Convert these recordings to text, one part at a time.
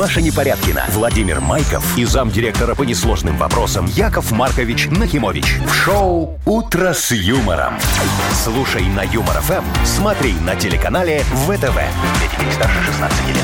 Маша Непорядкина, Владимир Майков и замдиректора по несложным вопросам Яков Маркович Нахимович. В шоу «Утро с юмором». Слушай на Юмор ФМ, смотри на телеканале ВТВ. Для детей старше 16 лет.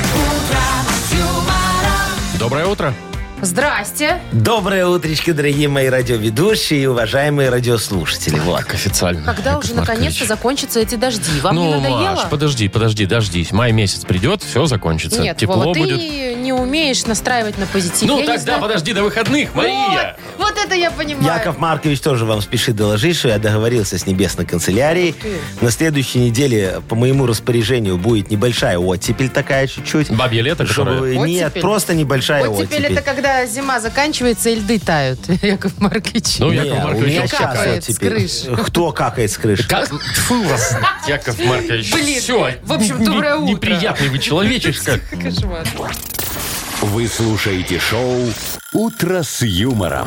Доброе утро. Здрасте. Доброе утречко, дорогие мои радиоведущие и уважаемые радиослушатели. Вот. Как официально. Когда Яков уже Маркович. наконец-то закончатся эти дожди? Вам не Ну, надоело? Маш, подожди, дождись. Май месяц придет, все закончится. Нет, Тепло Вова, будет. ты не умеешь настраивать на позитив. Ну, Я не тогда знаю. подожди до выходных, Мария. Вот это я понимаю. Яков Маркович тоже вам спешит доложить, что я договорился с небесной канцелярией. На следующей неделе по моему распоряжению будет небольшая оттепель такая чуть-чуть. Бабье лето, Чтобы которое... Нет, Оттепель? просто небольшая Вот теперь оттепель. это когда зима заканчивается и льды тают, Яков Маркович. Ну, Не, Яков у Маркович, меня он сейчас капает с оттепель. крыш. Кто какает с крыши? Как? Тьфу вас, Яков Маркович. Блин, Все. в общем, доброе утро. Неприятный вы человечишка. Кошмар. Вы слушаете шоу «Утро с юмором».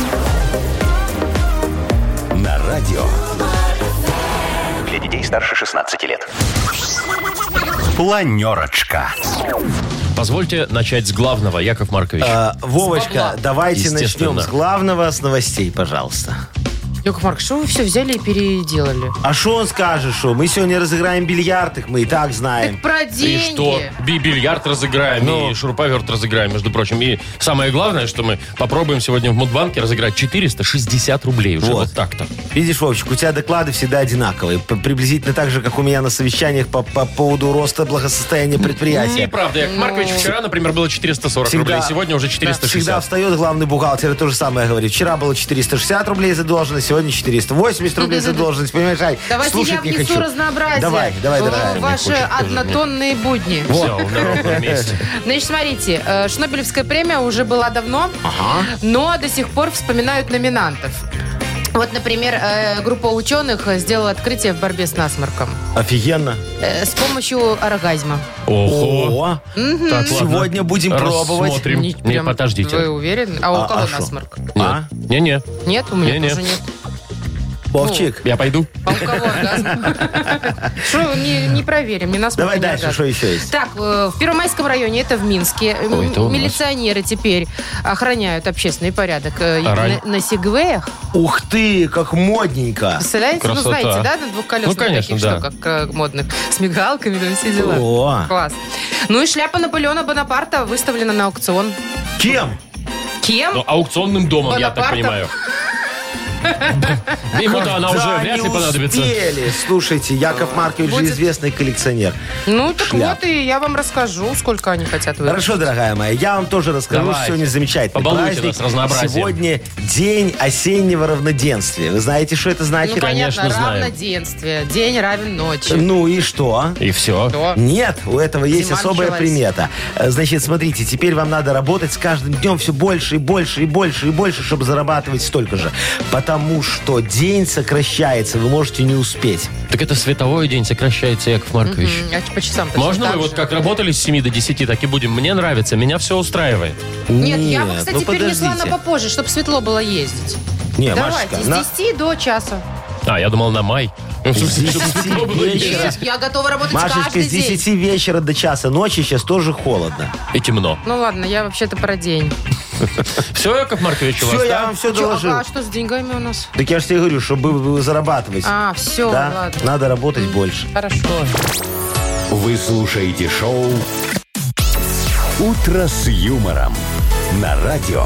На радио. Для детей старше 16 лет. Планерочка. Позвольте начать с главного, Яков Маркович. Вовочка, бабла. давайте Естественно. начнем с главного, с новостей, пожалуйста. Яков Маркович, что вы все взяли и переделали? А что он скажет, что мы сегодня разыграем бильярд, их мы и так знаем. Так про И деньги. что? Бильярд разыграем, и шуруповерт разыграем, между прочим. И самое главное, что мы попробуем сегодня в Мудбанке разыграть 460 рублей. Уже вот так-то. Видишь, Вовчик, у тебя доклады всегда одинаковые. Приблизительно так же, как у меня на совещаниях по поводу роста благосостояния предприятия. Неправда, Яков Маркович. Вчера, например, было 440 рублей, сегодня уже 460. Всегда встает главный бухгалтер и то же самое говорит. Вчера было 460 рублей задолженность, сегодня 480 рублей задолженность. Понимаешь, Ай, Давайте слушать я не внесу хочу. разнообразие Давай, в дорогая. ваши хочет тоже, однотонные будни. Все, на ровном месте. Значит, смотрите, Шнобелевская премия уже была давно, но до сих пор вспоминают номинантов. Вот, например, группа ученых сделала открытие в борьбе с насморком Офигенно. с помощью оргазма. Ого. О, Так, ладно. сегодня будем пробовать. Рассмотрим. Не, Прям подождите. Вы уверены? А у кого шо? насморк? А? Не-не. Нет, у меня Не-не. тоже нет. Вовчик, Я пойду. А у кого оргазм? Что, не проверим, не насморк, давай не дальше, оргазм. что еще есть? Так, в Первомайском районе, это в Минске, Ой, это у нас. милиционеры теперь охраняют общественный порядок рай. на сегвеях. Ух ты, как модненько. Представляете? Красота. Ну, знаете, да, на двухколесных Ну, конечно, таких да. штуках модных, с мигалками, там все дела. О. Класс. Ну и шляпа Наполеона Бонапарта выставлена на аукцион. Кем? Кем? Ну, аукционным домом, я так Бонапартом. понимаю. Ему-то она уже Да, вряд не ли понадобится. успели. Слушайте, Яков Маркович же Будет- известный коллекционер. Ну, так Шляп. вот, и я вам расскажу, сколько они хотят выиграть. Хорошо, дорогая моя, я вам тоже расскажу, Давайте. что сегодня замечательный Побалуйте праздник. нас разнообразием. Сегодня день осеннего равноденствия. Вы знаете, что это Ну, значит? понятно, Конечно, знаем. равноденствие. День равен ночи. Ну и что? И все. Что? Нет, у этого есть Зима особая началась. примета. Значит, смотрите, теперь вам надо работать с каждым днем все больше и больше и больше и больше, чтобы зарабатывать столько же. Потому что день сокращается, вы можете не успеть. Так это световой день сокращается, Яков Маркович. А по часам точно Можно так мы вот же. как работали с 7 до 10, так и будем? Мне нравится, меня все устраивает. Нет, я бы, кстати, ну перенесла на подождите. попозже, чтобы светло было ездить. Не, Давайте, Машечка, с 10 до часа. А, я думал на май. В смысле, чтобы светло было вечера. ездить. Я готова работать Машечка, каждый с 10 день. вечера до часа ночи сейчас тоже холодно. И темно. Ну ладно, я вообще-то про день. Все, Яков Маркович, у вас, Все, я да? вам все Чё, доложил. а что с деньгами у нас? Так я же тебе говорю, чтобы зарабатывать. А, все, Да, ладно. надо работать больше. Хорошо. Вы слушаете шоу «Утро с юмором» на радио.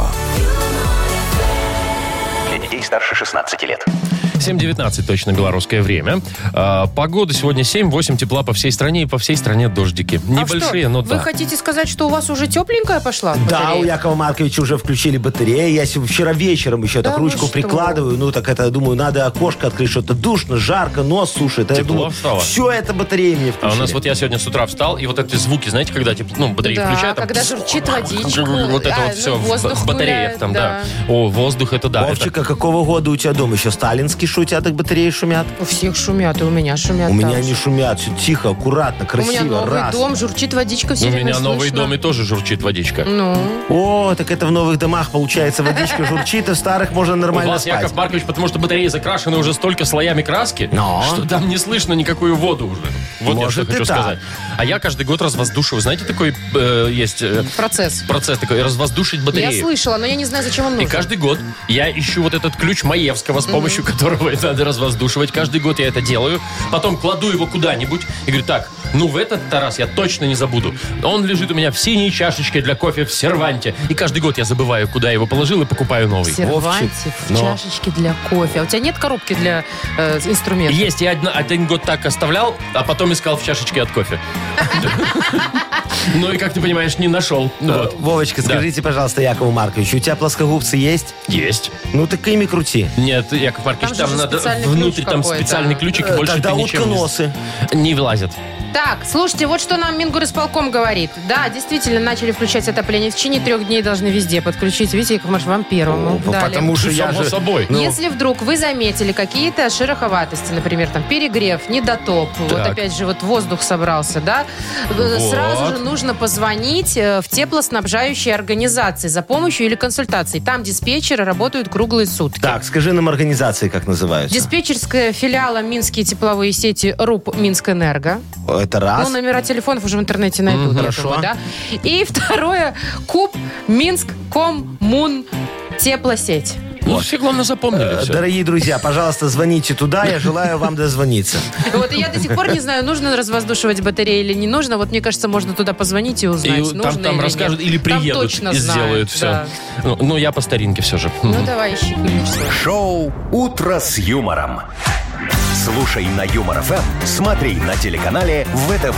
Для детей старше 16 лет. 7:19 точно белорусское время. Погода сегодня 7-8, тепла по всей стране, и по всей стране дождики. Небольшие, а что, но вы да. хотите сказать, что у вас уже тепленькая пошла? Да, батарея? у Якова Марковича уже включили батареи. Я вчера вечером еще Да так вы ручку что? прикладываю. Ну, так это, думаю, надо окошко открыть. Что-то душно, жарко, нос сушит. А я Тепло думаю, стало? все это батареи мне А включили. у нас вот я сегодня с утра встал, и вот эти звуки, знаете, когда батареи Да, включают, там когда журчит водичка. вот это А, вот все ну, воздух в батареях гуляет, там, да. да. О, воздух, это да. Вовчик, а какого года у тебя дом? Еще сталинский, что у тебя так батареи шумят? У всех шумят, и у меня шумят. У меня также. не шумят, все тихо, аккуратно, У меня красиво, новый раз. дом, журчит водичка, все У время меня новый слышно. дом и тоже журчит водичка. Ну, О, так это в новых домах, получается, водичка журчит, а в старых можно У нормально вас, спать. Яков Маркович, потому что батареи закрашены уже столько слоями краски, Но. что там не слышно никакую воду уже. Вот я что Может, и хочу так. сказать. А я каждый год развоздушиваю. Знаете, такой есть процесс. процесс такой, развоздушить Я батареи. слышала, но я не знаю, зачем он И нужен. каждый год я ищу вот этот ключ Маевского, с помощью которого это надо развоздушивать. Каждый год я это делаю. Потом кладу его куда-нибудь и говорю, так, ну в этот-то раз я точно не забуду. Он лежит у меня в синей чашечке для кофе в серванте. И каждый год я забываю, куда я его положил, и покупаю новый. В серванте, в но. чашечке для кофе. А у тебя нет коробки для инструментов? Есть, я один год так оставлял, а потом искал в чашечке от кофе. Ну и, как ты понимаешь, не нашел. Ну вот. Вовочка, Да. скажите, пожалуйста, Якову Марковичу, у тебя плоскогубцы есть? Есть. Ну так ими крути. Нет, Яков Маркович, Там же там надо специальный внутрь, ключ там какой-то. специальный ключик, и больше Тогда ты ничем утконосы. не влазят. Так, слушайте, вот что нам Мингорисполком говорит. Да, действительно, начали включать отопление. В течение 3 дней должны везде подключить. Видите, Яков Маркович, вам первому дали. Потому что я Само же... собой. Ну. Если вдруг вы заметили какие-то шероховатости, например, там перегрев, недотоп, вот Так. опять же вот воздух собрался, да, сразу же нужно позвонить в теплоснабжающие организации за помощью или консультацией. Там диспетчеры работают круглые сутки. Так, скажи нам организации, как называются. Диспетчерская филиала Минские тепловые сети РУП Минскэнерго. Это раз. Ну, номера телефонов уже в интернете найдут, я хорошо. думаю, да. И второе, КУП Минск-Коммун Теплосеть. Ну, все, главное, запомнили все. Дорогие друзья, пожалуйста, звоните туда, я желаю вам дозвониться. Вот и я до сих пор не знаю, нужно развоздушивать батареи или не нужно. Вот мне кажется, можно туда позвонить и узнать, И нужно там или расскажут, нет. или Там приедут точно и знают, сделают все. да. Ну, я по старинке все же. Ну, давай, ищи ключ свой. Шоу «Утро с юмором». Слушай на Юмор ФМ, смотри на телеканале ВТВ.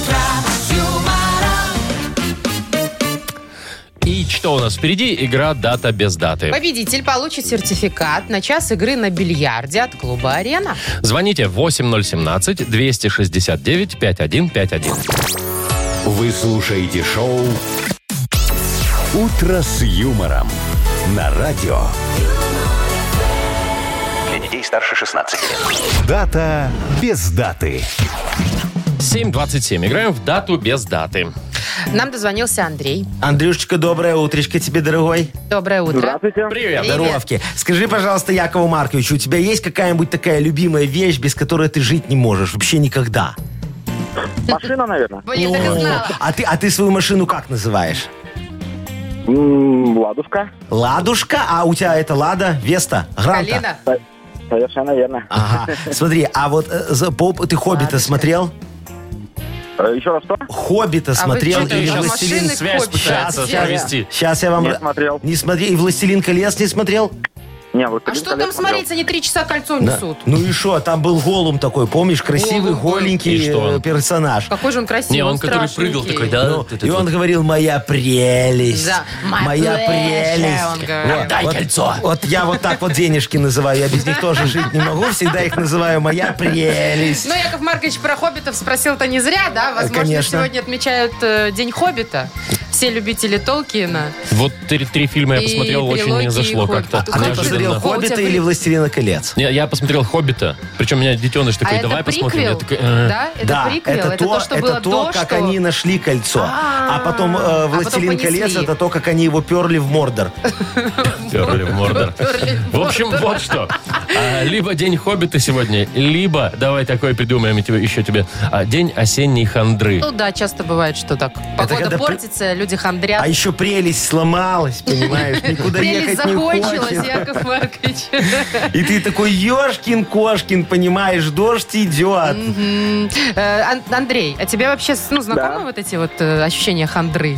И что у нас впереди? Игра «Дата без даты». Победитель получит сертификат на час игры на бильярде от клуба «Арена». Звоните 8017-269-5151. Вы слушаете шоу «Утро с юмором» на радио. Для детей старше 16 лет. Дата без даты. 7:27. Играем в «Дату без даты». Нам дозвонился Андрей. Андрюшечка, доброе утречко тебе, дорогой. Доброе утро. Здравствуйте. Привет. Здоровки. Скажи, пожалуйста, Якову Марковичу, у тебя есть какая-нибудь такая любимая вещь, без которой ты жить не можешь? Вообще никогда. Машина, наверное. Я так и знала. А ты свою машину как называешь? Ладушка. Ладушка? А у тебя это Лада, Веста, Гранта? Галина? Совершенно верно. Ага. Смотри, а вот ты «Хоббита» Ладушка. смотрел? Еще раз что? «Хоббита» смотрел? что-то или еще «Властелин»? машины Связь копите. пытается Сейчас. провести. Сейчас я вам... Не смотрел. Не смотри. И «Властелин колец» не смотрел? Не, вот А что там смотреть? Они 3 часа кольцо несут. Ну и что? Там был Голум такой, помнишь? Красивый, Голум был. голенький И что? персонаж. Какой же он красивый. Не, он который прыгал страшненький. такой, да? Ну, и он говорил: «Моя прелесть». Да, Моя прелесть. он говорил. Дай кольцо. Вот я вот так вот денежки называю. Я без них тоже жить не могу. Всегда их называю «моя прелесть». Ну, Яков Маркович про хоббитов спросил-то не зря, да? Возможно, Конечно. сегодня отмечают День хоббита. Все любители Толкиена. Вот три фильма я И посмотрел, очень «Трилогии», мне зашло и как-то. «Хоббит». А ты Неожиданно. посмотрел О, у тебя «Хоббита» были- или «Властелина колец»? Я посмотрел «Хоббита», причем у меня детеныш такой, А давай это посмотрим. Я приквел? такой, Да? Это Да, приквел? это то, что было до, как что... они нашли кольцо. А потом потом «Властелин понесли. колец» это то, как они его перли в Мордор. Перли в Мордор. В общем, вот что. Либо День Хоббита сегодня, либо, давай такой придумаем еще тебе, День осенней хандры. Ну да, часто бывает, что так. Погода когда портится, люди хандрят. А еще прелесть сломалась, понимаешь? Никуда Прелесть ехать не закончилась, хочешь. Яков Маркович. И ты такой: «Ешкин-кошкин», понимаешь, дождь идет. Андрей, а тебе вообще знакомы Да. вот эти вот ощущения хандры?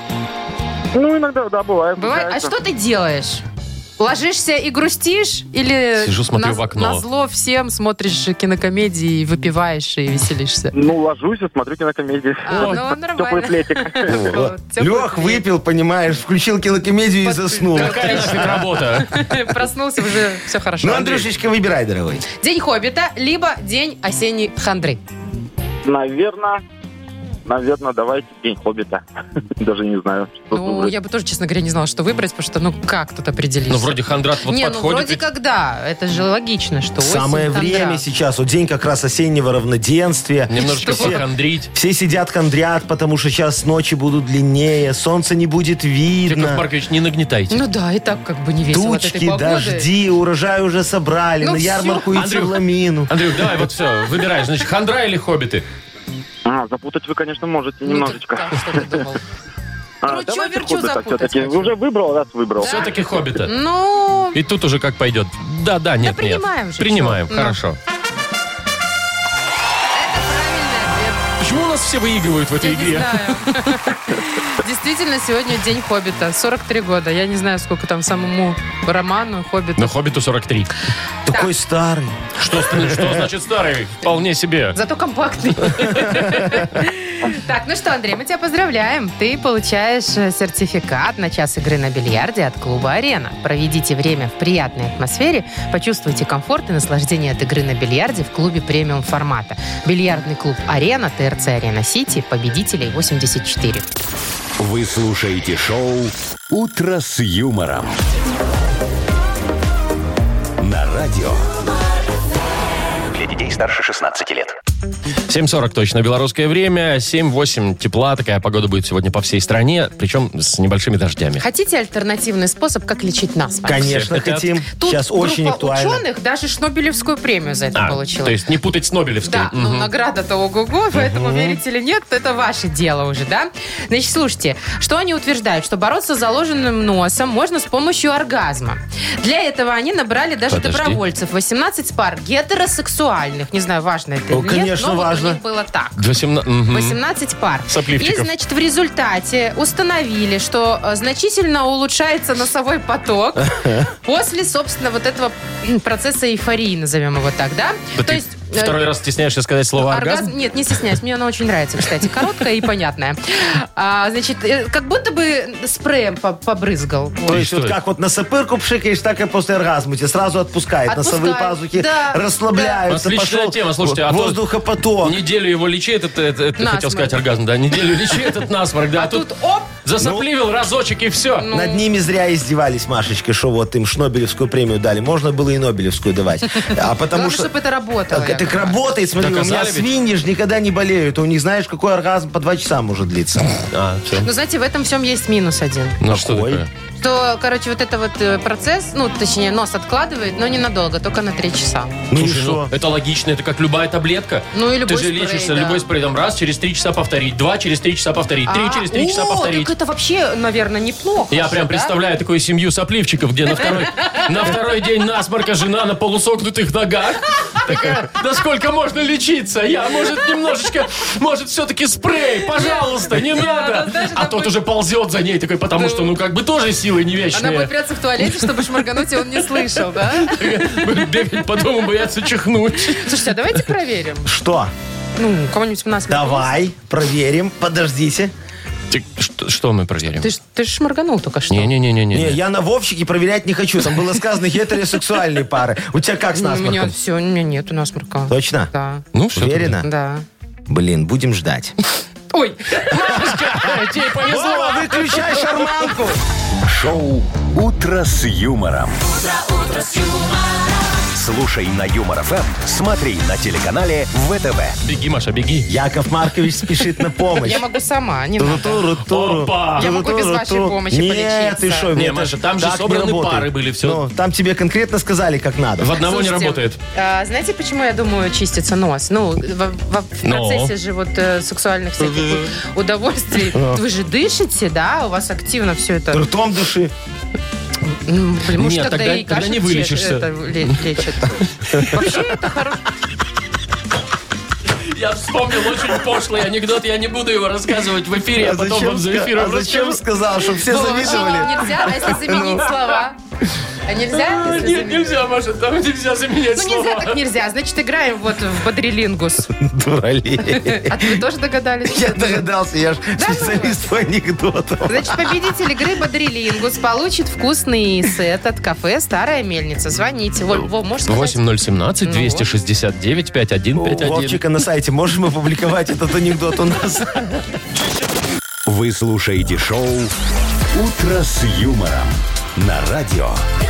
Ну, иногда, да, бывает. Бывает? А случается. что ты делаешь? Ложишься и грустишь? Или Сижу, смотрю в окно. назло всем смотришь кинокомедии, и выпиваешь и веселишься? Ну, ложусь и смотрю кинокомедии. Ну, нормально. Теплый плетик. Вот, теплый Лег, плед. выпил, понимаешь, включил кинокомедию и заснул. Какая нафиг работа? Проснулся, уже все хорошо. Ну, Андрюшечка, выбирай, дорогой. День хоббита, либо день осенней хандры. Наверное, наверное, давайте День Хоббита. Даже не знаю, что Ну, выбрать. я бы тоже, честно говоря, не знала, что выбрать, потому что, ну, как тут определиться? Ну, вроде хандрат вот Не, ну, подходит. вроде как да. Это же логично, что осень, Самое хандра. время сейчас. Вот день как раз осеннего равноденствия. Немножечко Все- похандрить. Все сидят, хандрят, потому что сейчас ночи будут длиннее, солнце не будет Яков видно. Маркович, не нагнетайте. Ну да, и так как бы не весело от этой Тучки, погоды. дожди, урожай уже собрали, Ну на всё. ярмарку идти Андрюх. в ламину. Андрюх, давай, вот все, выбирай. Значит, хандра или хоббиты? Запутать вы, конечно, можете Ну, немножечко. так, что ты думал? Кручу, Давайте верчу, Хоббита запутать все-таки. хочу. Уже выбрал, раз выбрал. Все-таки хоббита. Ну, И тут уже как пойдет. Да, нет, нет. принимаем же, Принимаем, всё. Ну. хорошо. это правильный ответ. Почему у нас все выигрывают в этой Я не игре? знаю. Действительно, сегодня день Хоббита. 43 года. Я не знаю, сколько там самому роману Хоббиту. Но хоббиту 43. Такой старый. Что значит старый? Вполне себе. Зато компактный. Так, ну что, Андрей, мы тебя поздравляем. Ты получаешь сертификат на час игры на бильярде от клуба «Арена». Проведите время в приятной атмосфере, почувствуйте комфорт и наслаждение от игры на бильярде в клубе премиум формата. Бильярдный клуб «Арена», ТРЦ «Арена Сити», победителей 84. Вы слушаете шоу «Утро с юмором». На радио. Для детей старше 16 лет. 7:40 точно белорусское время. 7-8 тепла. Такая погода будет сегодня по всей стране. Причем с небольшими дождями. Хотите альтернативный способ, как лечить насморк? Конечно, хотят. хотим. Тут Сейчас очень группа актуально. ученых даже Шнобелевскую премию за это получила. То есть не путать с Нобелевской. Да, ну награда-то ого-го, поэтому верите или нет, это ваше дело уже, да? Значит, слушайте, что они утверждают? Что бороться с заложенным носом можно с помощью оргазма. Для этого они набрали даже Подожди. добровольцев. 18 пар гетеросексуальных. Не знаю, важно это Ну, или конечно, нет, но важно. вот у них было так. 18 пар. Сопливчиков. И, значит, в результате установили, что значительно улучшается носовой поток после, собственно, вот этого процесса эйфории, назовем его так, да? Да То ты есть... второй раз стесняешься сказать слово оргазм? Нет, не стесняюсь. Мне она очень нравится, кстати. Короткая и понятная. Значит, как будто бы спреем побрызгал. То есть что вот это? как вот на сапырку пшикаешь, так и после оргазма тебя сразу отпускает. Носовые Отпускает. пазухи Да, расслабляются. Отличная Пошел тема, слушайте, а то воздухопоток. Неделю его лечи, это хотел Насморк. сказать оргазм, да, неделю лечи этот насморк, да, А тут оп! засопливил разочек и все. Над ними зря издевались, Машечка, что вот им Шнобелевскую премию дали. Можно было и Нобелевскую давать. А потому Главное, что... чтобы это работало. Так Яков работает, смотри, у меня Доказали ведь? свиньи ж никогда не болеют. У них, знаешь, какой оргазм по 2 часа может длиться. Ну, знаете, в этом всем есть минус один. Ну что Какой? такое? Что, короче, вот это вот процесс, ну, точнее, нос откладывает, но ненадолго, только на 3 часа. Ну и Слушай, что? это логично, это как любая таблетка. Ну и любой Ты же спрей, лечишься, да. любой спрей, там, раз, через 3 часа повторить, 2, через 3 часа повторить, 3, через 3 часа повторить. Так это вообще, наверное, неплохо. Я же, прям да? представляю такую семью сопливчиков, где на второй день насморка жена на полусогнутых ногах. Такая, да сколько можно лечиться? Я, может, немножечко, может, все-таки спрей, пожалуйста, не надо. даже А так тот будет. уже ползет за ней такой, потому что, ну, как бы тоже силы не Она будет вечные. прятаться в туалете, чтобы шморгануть, и он не слышал, да? Будет бегать по дому, бояться чихнуть. Слушайте, а давайте проверим. Что? Ну, кого-нибудь у нас... Давай, проверим. Подождите. Что мы проверим? Ты ж шморганул только что. Не, Не-не-не-не. я на Вовчике проверять не хочу. Там было сказано гетеросексуальные пары. У тебя как с У меня насморком? все, у меня нету насморка. Точно? Да. Ну, все. Уверена? Да. Блин, будем ждать. Ой, Тебе повезло. Вова, выключай шарманку. Шоу «Утро с юмором». Слушай на Юмор ФМ, смотри на телеканале ВТВ. Беги, Маша, беги. Яков Маркович спешит на помощь. я могу сама, не надо. Туру-туру-туру. Опа! Я могу без вашей помощи Нет, полечиться. ты что? Не, это Маша, там же так не собраны работает. пары были, всё. Ну, там тебе конкретно сказали, как надо. В одного не Слушайте, работает. Знаете, почему я думаю, чистится нос? Ну, в Но. процессе же вот сексуальных всяких удовольствий вы же дышите, да? У вас активно все это... Ртом души. Блин, может, Нет, тогда тогда и кашель не вылечишься. это лечит. Вообще это хорошо. Я вспомнил очень пошлый анекдот, я не буду его рассказывать в эфире, а потом вам за эфиром зачем расскажу. сказал, чтобы все завидовали? Нельзя, а если заменить слова? А нельзя? если Нет, заменить? нельзя, Маша, там нельзя заменять Ну, слова. нельзя так нельзя. Значит, играем вот в бодрилингус. Дуралей. А вы тоже догадались? Я догадался, я же специалист по анекдотам. Значит, победитель игры «Бодрилингус» получит вкусный сет от кафе «Старая мельница». Звоните. Можешь сказать? 8017-269-5151. Вовчика на сайте можем опубликовать этот анекдот у нас? Вы слушаете шоу «Утро с юмором» на радио.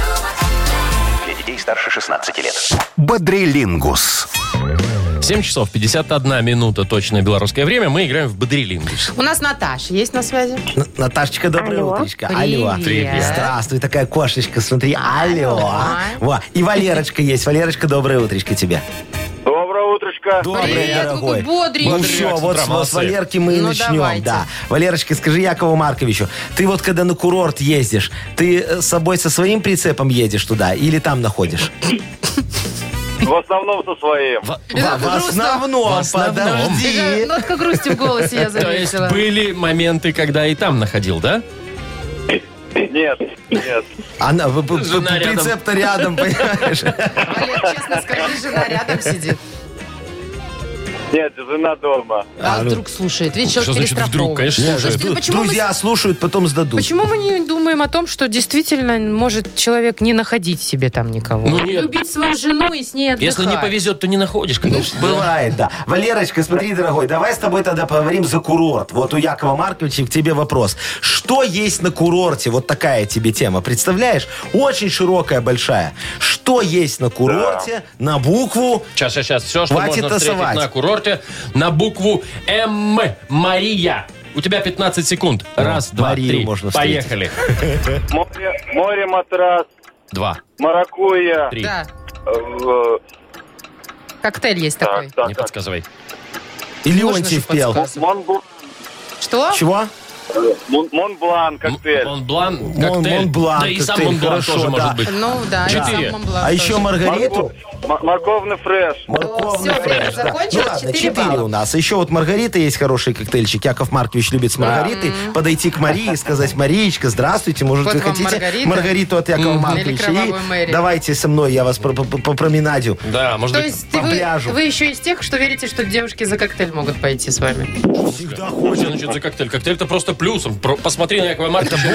Для детей старше 16 лет. Бодрилингус. 7 часов 51 минута точное белорусское время. Мы играем в бодрилингус. У нас Наташа есть на связи? Наташечка, доброе Алло. утречко. Привет. Алло. Привет. Здравствуй, такая кошечка, смотри. Алло. Алло. Во. И Валерочка есть. Валерочка, доброе утречко тебе. Доброе утречко. Доброе, Привет, дорогой. какой бодренький. Ну Бодрячок все, с вот утра, с молодцы. Валерки мы и Ну, начнем. давайте. Да. Валерочка, скажи Якову Марковичу, ты вот когда на курорт ездишь, ты с собой со своим прицепом едешь туда или там находишь? В основном со своим. В основном, В основном. подожди. Нотка грусти в голосе я То есть заметила. были моменты, когда и там находил, да? Нет. Она, Жена рядом. прицеп-то рядом, понимаешь? Валер, честно скажи, жена рядом сидит. Нет, жена дома. А вдруг слушает? Видишь, человек Что значит вдруг? перестраховывает. Конечно, слушает. Слушайте, ну почему мы Друзья слушают, потом сдадут. Почему мы не думаем о том, что действительно может человек не находить себе там никого? Ну, нет. Любить свою жену и с ней отдыхать. Если не повезет, то не находишь, конечно. Бывает, да. Валерочка, смотри, дорогой, давай с тобой тогда поговорим за курорт. Вот у Якова Марковича к тебе вопрос. Что есть на курорте? Вот такая тебе тема. Представляешь? Очень широкая, большая. Что есть на курорте на букву... Сейчас. Все, что Хватит можно встретить тасовать. на курорте, на букву М. Мария. У тебя 15 секунд. Раз, два, Марию три. можно встретить. Поехали. Море, матрас, 2, маракуйя. 3. Да, э, коктейль есть такой. Так, Не так. подсказывай. И Можно Леонтьев же пел. подсказывать. Что? Чего? Монблан, коктейль. Монблан, коктейль. Монблан, Да и сам коктейль, Монблан хорошо, тоже да. может быть. Ну да, 4. и сам Монблан А еще тоже. Маргариту? Морковный фреш. Морковный Всё, время фреш, да. закончилось, Ну ладно, 4 4 балла. у нас. Еще вот Маргарита есть хороший коктейльчик. Яков Маркович любит с Маргаритой. Подойти к Марии и сказать: Мариечка, здравствуйте, может, Вот вы вам хотите Маргарита. Маргариту от Якова Марковича? Или И кровавую Мэри. давайте со мной, я вас по променадю. Да, может То быть. есть по пляжу. вы еще из тех, что верите, что девушки за коктейль могут пойти с вами? Всегда Что значит за коктейль? Коктейль-то просто плюсом. Посмотри на Якова Марковича.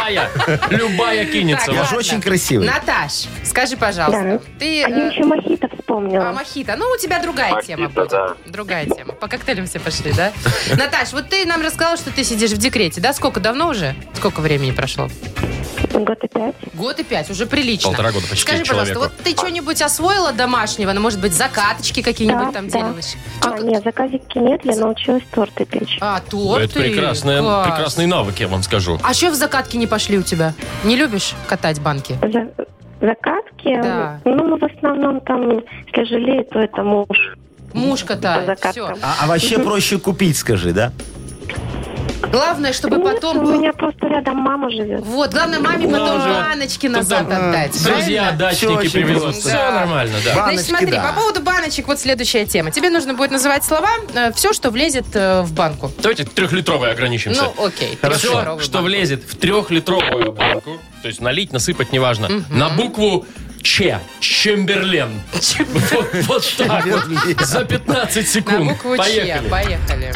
Любая кинется. Я же очень красивый. Наташ, скажи, пожалуйста, ты... А я еще мохито А, вспомнила. мохито. Ну, у тебя другая Мохито, тема будет. да. Другая тема. По коктейлям все пошли, да? Наташ, вот ты нам рассказала, что ты сидишь в декрете, да? Сколько, давно уже? Сколько времени прошло? Год и 5. Год и 5, уже прилично. 1,5 года почти Скажи, пожалуйста, человеку. вот ты что-нибудь освоила домашнего? Ну, может быть, закаточки какие-нибудь там делаешь? Нет, заказики нет, я научилась торты печь. А, торты? Это Класс. прекрасный навык, я вам скажу. А что в закатки не пошли у тебя? Не любишь катать банки? Закатки? Да. Ну, в основном там, если жалеет, то это муж. Муж По катает, закаткам. все. А вообще проще купить, скажи, да? Главное, чтобы Нет, потом... у меня просто рядом мама живет. Вот, главное, маме потом уже. баночки назад отдать. Друзья, правильно? дачники очень привезут. просто. Все нормально, да. Значит, Баночки, смотри, да. по поводу баночек, вот следующая тема. Тебе нужно будет называть слова, все, что влезет в банку. Давайте 3-литровой ограничимся. Ну, окей. Все, трехлитровую что банку. влезет в 3-литровую банку, то есть налить, насыпать, неважно, на букву Ч. Чемберлен. Вот так вот. За 15 На секунд. букву Ч. Поехали. Поехали.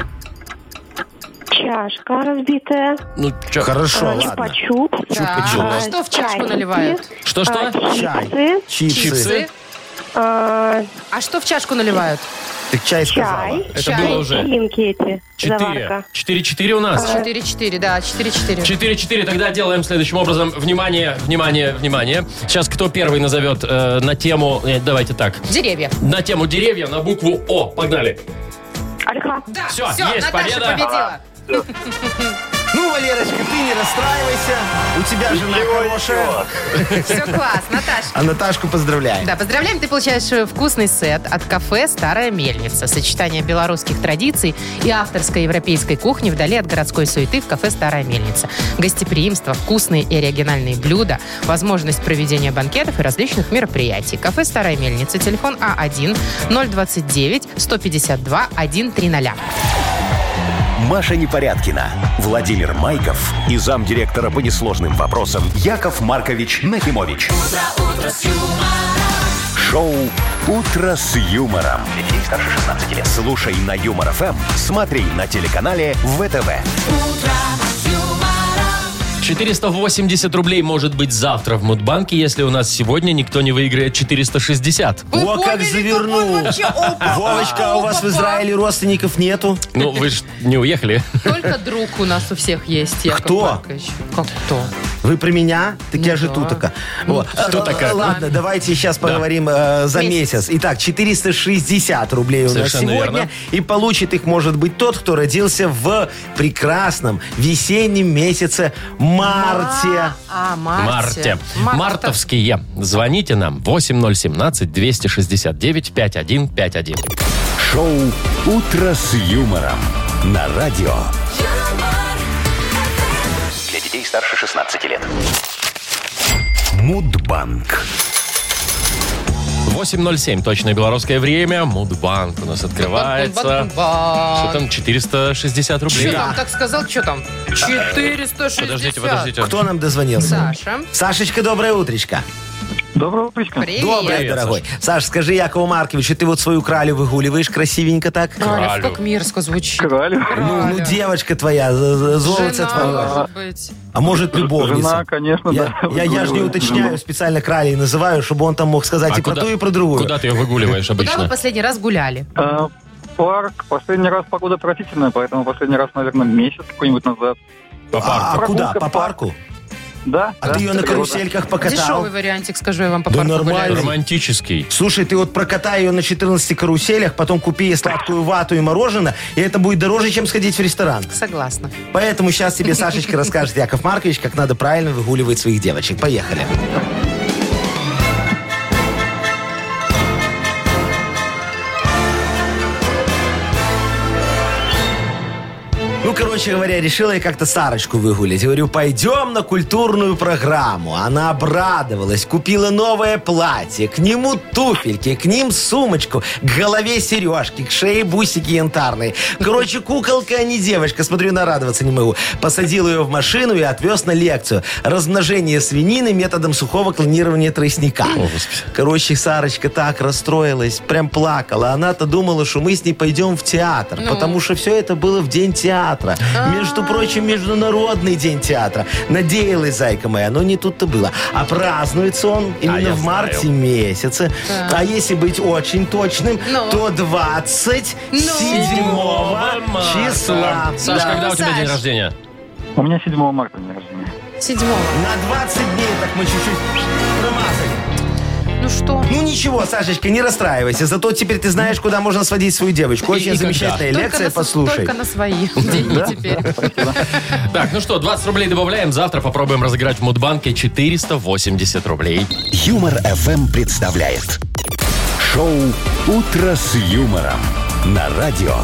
Чашка разбитая. Ну, чё? Хорошо, ладно. Чупа-чуп. Так, чупа-чуп. что в чашку чайники, наливают? Что-что? Чай, Чипсы. чипсы. Чипсы. а, А что в чашку наливают? Ты чай сказала. Чай. Это Чай. было уже. Пилинки эти. 4. Заварка. 4-4 у нас. 4-4, да, 4-4. 4-4. Тогда делаем следующим образом. Внимание, внимание, внимание. Сейчас кто первый назовет на тему... давайте так. Деревья. На тему деревья на букву О. Погнали. Ольга. Да, Всё, все, есть Наташа победа. победила. Ну, Валерочка, ты не расстраивайся. У тебя жена хорошая. Все, класс, Наташ. А Наташку поздравляем. Да, поздравляем, ты получаешь вкусный сет от кафе «Старая мельница». Сочетание белорусских традиций и авторской европейской кухни вдали от городской суеты в кафе «Старая мельница». Гостеприимство, вкусные и оригинальные блюда, возможность проведения банкетов и различных мероприятий. Кафе «Старая мельница», телефон А1-029-152-130. Маша Непорядкина, Владимир Майков и замдиректора по несложным вопросам Яков Маркович Нахимович. Шоу «Утро с юмором». Для детей старше 16 лет. Слушай на Юмор ФМ, смотри на телеканале ВТВ. 480 рублей может быть завтра в Мудбанке, если у нас сегодня никто не выиграет 460. О, как завернул. Вовочка, а у вас в Израиле родственников нету? Ну, вы же не уехали. Только друг у нас у всех есть, Яков Кто? Маркович. Как кто? Вы про меня? Так я же да. тутака. Вот. тутака. Ладно, давайте сейчас поговорим за месяц. Итак, 460 рублей у нас Совершенно сегодня. верно. И получит их, может быть, тот, кто родился в прекрасном весеннем месяце марте. Марте. Мартовские. Звоните нам 8017-269-5151. Шоу «Утро с юмором» на радио. Для детей старше 16 лет. Мудбанк. 8:07, точное белорусское время. Мудбанк у нас открывается. Что там, 460 рублей? Что там, так сказал, что там? 460. Подождите. Кто нам дозвонился? Саша. Сашечка, доброе утречко. Доброе утречко. Привет. Доброе, Привет, дорогой. Саш, скажи Якову Марковичу, ты вот свою кралю выгуливаешь красивенько так? Кралев, как мерзко звучит. Кралю. Ну, девочка твоя, золото Жена, твое. может быть. А может, любовница? Жена, конечно, Я да. же не выгуливает уточняю, жену. специально кралей называю, чтобы он там мог сказать и про ту, и про другую. Куда ты ее выгуливаешь Куда вы обычно? последний раз гуляли? Парк. Последний раз погода отвратительная, поэтому последний раз, наверное, месяц какой-нибудь назад. По парку. А куда? Прогулка По в парку? Да. А да, ты ее на природа. карусельках покатал? Дешевый вариантик, скажу я вам, по Да парку нормально. гулять. Романтический. Слушай, ты вот прокатай ее на 14 каруселях, потом купи ей сладкую вату и мороженое, и это будет дороже, чем сходить в ресторан. Согласна. Поэтому сейчас тебе Сашечка расскажет, Яков Маркович, как надо правильно выгуливать своих девочек. Поехали. Ну, короче говоря, решила я как-то Сарочку выгулять. Говорю, пойдем на культурную программу. Она обрадовалась, купила новое платье, к нему туфельки, к ним сумочку, к голове сережки, к шее бусики янтарные. Короче, куколка, а не девочка. Смотрю, нарадоваться не могу. Посадил ее в машину и отвез на лекцию. Размножение свинины методом сухого клонирования тростника. Короче, Сарочка так расстроилась, прям плакала. Она-то думала, что мы с ней пойдем в театр, потому что все это было в день театра. Между прочим, Международный день театра. Надеялась, зайка моя, но не тут-то было. А празднуется он именно я в марте знаю. месяце. А если быть очень точным, Ну? то 27 числа. Саш, Да. когда у тебя Саш. день рождения? У меня 7 марта день рождения. 7. На 20 дней так мы чуть-чуть промазали. Ну что? Ну ничего, Сашечка, не расстраивайся. Зато теперь ты знаешь, куда можно сводить свою девочку. Очень И замечательная когда? лекция, послушай. Только на свои деньги теперь. Так, ну что, 20 рублей добавляем. Завтра попробуем разыграть в Мудбанке 480 рублей. Юмор ФМ представляет шоу «Утро с юмором» на радио.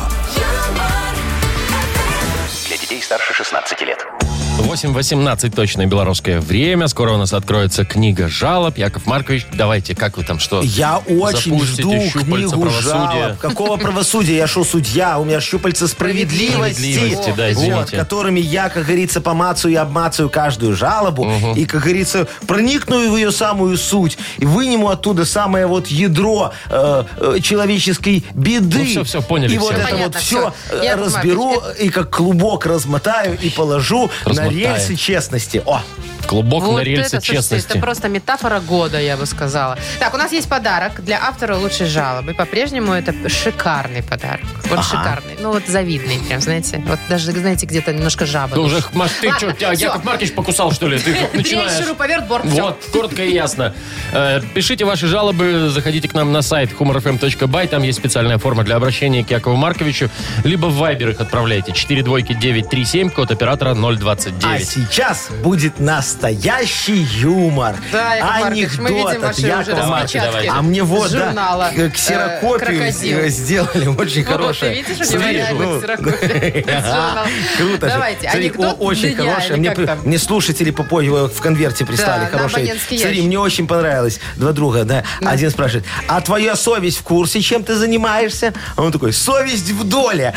Для детей старше 16 лет. 8:18 точное белорусское время. Скоро у нас откроется книга жалоб. Яков Маркович, давайте, как вы там, что? Я очень запустите жду щупальца книгу правосудия? жалоб. Какого правосудия? Я шо, судья? У меня щупальца справедливости. Справедливости, да, извините. Вот, которыми я, как говорится, помацаю и обмацаю каждую жалобу. И, как говорится, проникну в ее самую суть. И выниму оттуда самое вот ядро человеческой беды. Ну, всё, поняли И все. вот это Понятно, вот все всё. Яков разберу Маркович, и как клубок размотаю и положу на Размотаем. рельсы честности. О! Клубок Вот на рельсы слушайте, честности. это просто метафора года, я бы сказала. Так, у нас есть подарок для автора лучшей жалобы. По-прежнему это шикарный подарок. Вот шикарный. Ну вот завидный прям, знаете. Вот даже, знаете, где-то немножко жаба. Ну уже, Маш, ты Ладно, что, тебя всё. Яков Маркович покусал, что ли? Ты тут Дрель, начинаешь. шуруповерт, борт, всё. Вот, коротко и ясно. Пишите ваши жалобы, заходите к нам на сайт humorfm.by, там есть специальная форма для обращения к Якову Марковичу, либо в Viber их отправляйте. 42937, код оператора А 029. сейчас будет настоящий юмор. Да, Яков Маркович, мы видим ваши уже распечатки. А мне вот, журнала, да, ксерокопию «Крокодил». сделали, очень хорошая. Вот, ты видишь, у него реально ксерокопия. Круто. Давайте, анекдот очень дня, хорошая. или как там? Мне слушатели попозже в конверте прислали. Да, на Хорошие. абонентский Смотри, ящик. мне очень понравилось. Два друга, да. Один спрашивает, а твоя совесть в курсе, чем ты занимаешься? А он такой, совесть в доле.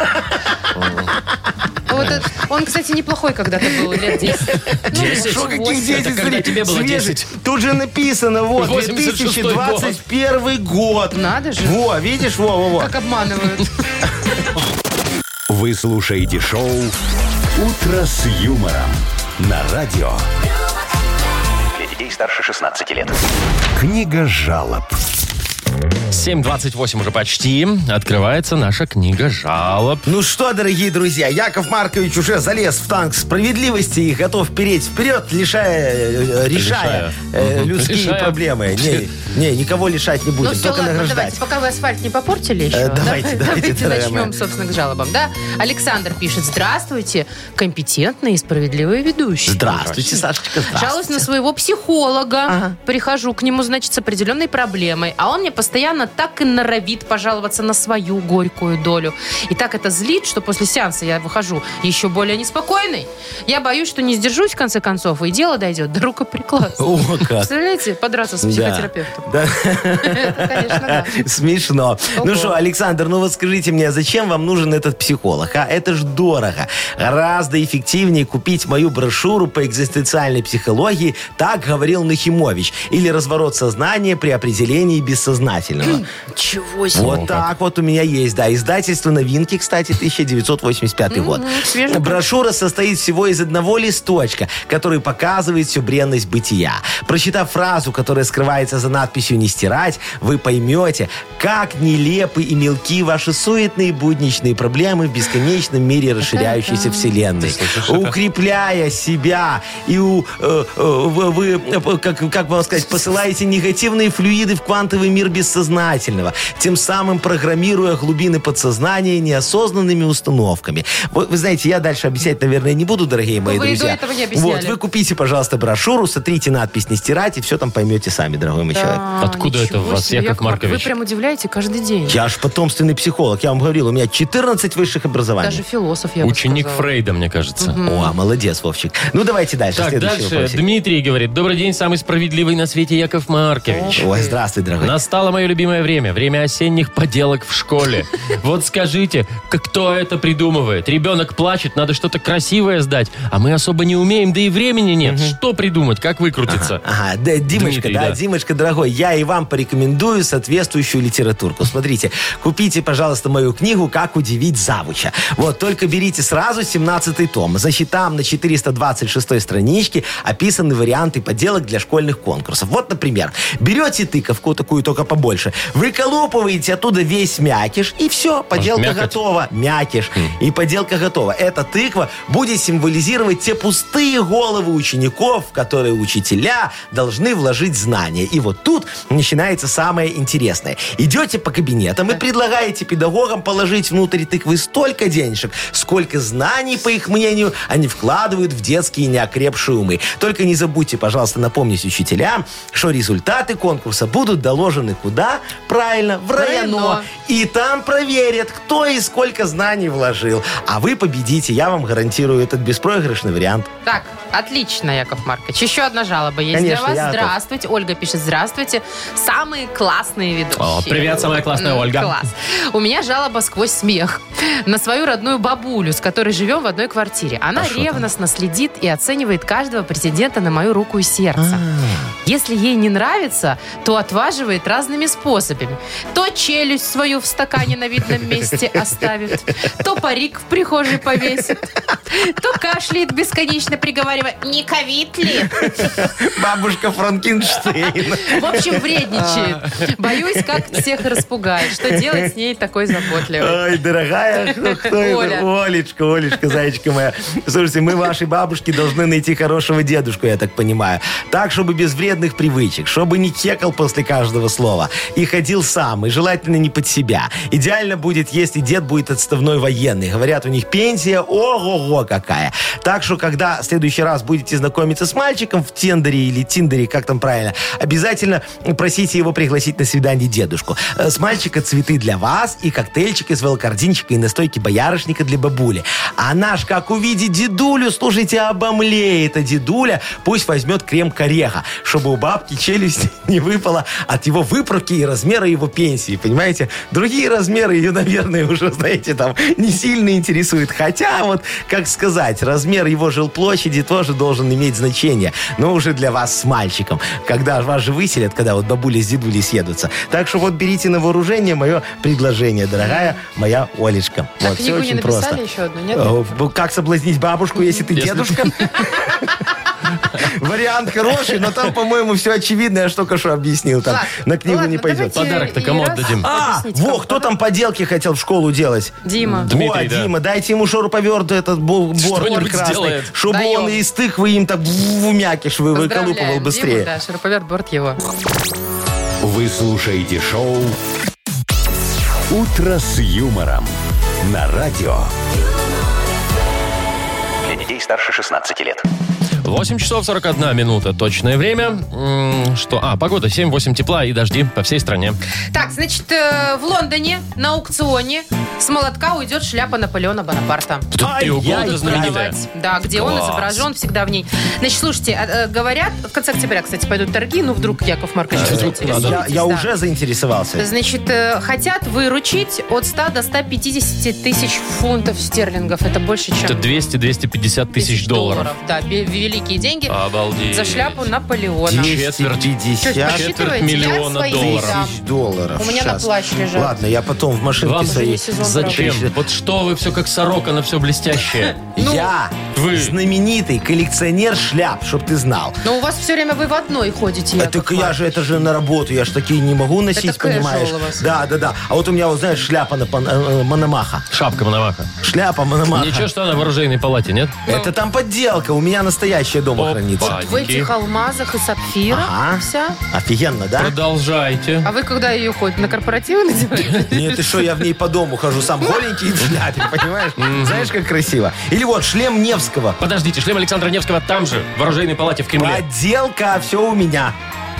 Вот он, кстати, неплохой когда-то был, лет 10. 10? Что, каких 10? Это когда тебе было Свежий. 10. Тут же написано, вот, 86-й 2021 год. Надо же. Во, видишь, во. Как обманывают. Вы слушаете шоу «Утро с юмором» на радио. Для детей старше 16 лет. Книга жалоб. 7:28 уже почти. Открывается наша книга жалоб. Ну что, дорогие друзья, Яков Маркович уже залез в танк справедливости и готов переть вперед, решая людские Решая. проблемы. Не, никого лишать не будем, Ну все, только ладно, награждать. давайте, пока вы асфальт не попортили еще, Давайте, дорогая моя. начнем, собственно, к жалобам. Да? Александр пишет, здравствуйте, компетентный и справедливый ведущий. Здравствуйте, Сашечка, здравствуйте. Жалуюсь на своего психолога. Ага. Прихожу к нему, значит, с определенной проблемой. А он мне постоянно так и норовит пожаловаться на свою горькую долю. И так это злит, что после сеанса я выхожу еще более неспокойной. Я боюсь, что не сдержусь, в конце концов, и дело дойдет до рукоприкладства. О, как. Представляете, подраться с психотерапевтом. Да. Это, конечно, да. Смешно. Ого. Ну что, Александр, ну вот скажите мне, а зачем вам нужен этот психолог? А это ж дорого. Гораздо эффективнее купить мою брошюру по экзистенциальной психологии «Так говорил Нахимович» или «Разворот сознания при определении бессознательного». Чего себе. Вот так вот у меня есть, да. Издательство «Новинки», кстати, 1985 год. свеженько. Брошюра состоит всего из одного листочка, который показывает всю бренность бытия. Прочитав фразу, которая скрывается за надписью «Не стирать», вы поймете, как нелепы и мелки ваши суетные будничные проблемы в бесконечном мире расширяющейся вселенной. Укрепляя себя, и вы, как вам сказать, посылаете негативные флюиды в квантовый мир бессознательного, тем самым программируя глубины подсознания неосознанными установками. Вот, вы знаете, я дальше объяснять, наверное, не буду, дорогие мои Вы и друзья. до этого не объясняли. Вот, вы купите, пожалуйста, брошюру, сотрите надпись «Не стирать», и все там поймете сами, дорогой мой человек. Откуда это у ничего вас, себе, Яков Маркович? Вы прям удивляете каждый день. Я ж потомственный психолог, я вам говорил, у меня 14 высших образований. Даже философ, я бы Ученик сказала. Фрейда, мне кажется. О, молодец, Вовчик. Ну, давайте дальше. Так, Следующий дальше. вопросик. Дмитрий говорит. Добрый день, самый справедливый на свете Яков Маркович. Ой, здравствуй, дорогой. Настало мое любимое время. Время осенних поделок в школе. Вот скажите, кто это придумывает? Ребенок плачет, надо что-то красивое сдать. А мы особо не умеем, да и времени нет. Что придумать, как выкрутиться? Ага, да, Димочка, Дмитрий, да, да. Димочка, дорогой, я и вам порекомендую соответствующую литературку. Смотрите, купите, пожалуйста, мою книгу «Как удивить завуча». Вот, только берите сразу 17-й том. Значит, там на 426-й страничке описаны варианты поделок для школьных конкурсов. Вот, например, берете тыковку, такую только побольше, выколупываете оттуда весь мякиш, и все, поделка мякоть? готова. Мякиш. И поделка готова. Эта тыква будет символизировать те пустые головы учеников, в которые учителя должны вложить знания. И вот тут начинается самое интересное. Идете по кабинетам и предлагаете педагогам положить внутрь тыквы столько денежек, сколько знаний, по их мнению, они вкладывают в детские неокрепшие умы. Только не забудьте, пожалуйста, напомнить учителям, что результаты конкурса будут доложены куда? Правильно, в районо. И там проверят, кто и сколько знаний вложил. А вы победите, я вам гарантирую этот беспроигрышный вариант. Так, отлично, Яков Маркович. Еще одна жалоба есть Конечно, для вас. Яков. Здравствуйте. Ольга пишет, здравствуйте. Самые классные ведущие. О, привет, самая классная Ольга. Класс. У меня жалоба сквозь смех на свою родную бабулю, с которой живем в одной квартире. Она ревностно следит и оценивает каждого претендента на мою руку и сердце. Если ей не нравится, то отваживает разными способами. То челюсть свою в стакане на видном месте оставит, то парик в прихожей повесит, то кашляет бесконечно, приговаривая, не ковид ли? Бабушка Франкенштейн. В общем, вредничает. Боюсь, как всех распугает. Что делать с ней такой заботливой? Ой, дорогая, кто Оля. это? Олечка, зайчка моя. Слушайте, мы вашей бабушке должны найти хорошего дедушку, я так понимаю. Так, чтобы без вредных привычек, чтобы не кекал после каждого слова. И ходил сам, и желательно не под себя. себя. Идеально будет, если дед будет отставной военный. Говорят, у них пенсия ого-го какая. Так что, когда в следующий раз будете знакомиться с мальчиком в Тиндере или Тиндере, как там правильно, обязательно просите его пригласить на свидание дедушку. С мальчика цветы для вас и коктейльчик из велокардинчика и настойки боярышника для бабули. А наш, как увидит дедулю, слушайте, обомлеет. А дедуля пусть возьмет крем к ореха, чтобы у бабки челюсть не выпала от его выправки и размера его пенсии. Понимаете? Другие размеры ее, наверное, уже, знаете, там не сильно интересуют. Хотя, вот, как сказать, размер его жилплощади тоже должен иметь значение. Но уже для вас с мальчиком. Когда вас же выселят, когда вот бабули с дедулей съедутся. Так что вот берите на вооружение мое предложение, дорогая моя Олечка. А Вот, все книгу не очень написали просто. еще одну, нет? Как соблазнить бабушку, если ты дедушка? Вариант хороший, но там, по-моему, все очевидно. Я ж только что объяснил. Там Ладно, на книгу ладно, не пойдет. давайте Подарок-то и кому раз отдадим? объясните, Во, кому кто там подарок. поделки хотел в школу делать? Дима. Дмитрий, О, да. Дима, дайте ему шуруповерт, этот бор Что-нибудь красный, сделает. чтобы Даем. он из тыквы им так в мякиш выколупывал Поздравляем быстрее. Диму, да, шуруповерт, борт его. Вы слушаете шоу «Утро с юмором» на радио. Для детей старше 16 лет. 8 часов 41 минута. Точное время. Погода 7-8 тепла и дожди по всей стране. Так, значит, в Лондоне на аукционе с молотка уйдет шляпа Наполеона Бонапарта. Тут треуголка Ай-яй-яй. знаменитая. Да, где он Класс. изображен всегда в ней. Значит, слушайте, говорят, в конце октября, кстати, пойдут торги, ну, вдруг Яков Маркович Вдруг заинтересуетесь, надо. Я да. уже заинтересовался. Значит, хотят выручить от 100 до 150 тысяч фунтов стерлингов. Это больше, чем... Это 200-250 тысяч долларов. Да, великие деньги. Обалдеть. За шляпу Наполеона. 250 Чё, посчитываете? миллиона Я свои долларов. дам. тысяч долларов. У меня на Щас. плащ лежат. Ладно, я потом в машинке Вам своей. не сезон, Зачем? правда. Вот что вы все как сорока на все блестящее. Я Вы. знаменитый коллекционер шляп, чтоб ты знал. Но у вас все время вы в одной ходите, Это Яков я же, это же на работу, я ж такие не могу носить, Это casual понимаешь? у вас. Да. А вот у меня, вот знаешь, шляпа на Мономаха. Шапка Мономаха. Шляпа Мономаха. Ничего, что она в оружейной палате, нет? Это там подделка, у меня настоящая дома Опа. хранится. В этих алмазах и сапфирах Ага. вся. Офигенно, да? Продолжайте. А вы когда ее ходите? На корпоративы надеваете? Нет, ты что, я в ней по дому хожу, сам голенький и в шляпе, понимаешь? Знаешь, как красиво. Или вот шлем Невского. Подождите, шлем Александра Невского там же, в оружейной палате в Кремле. Подделка, все у меня.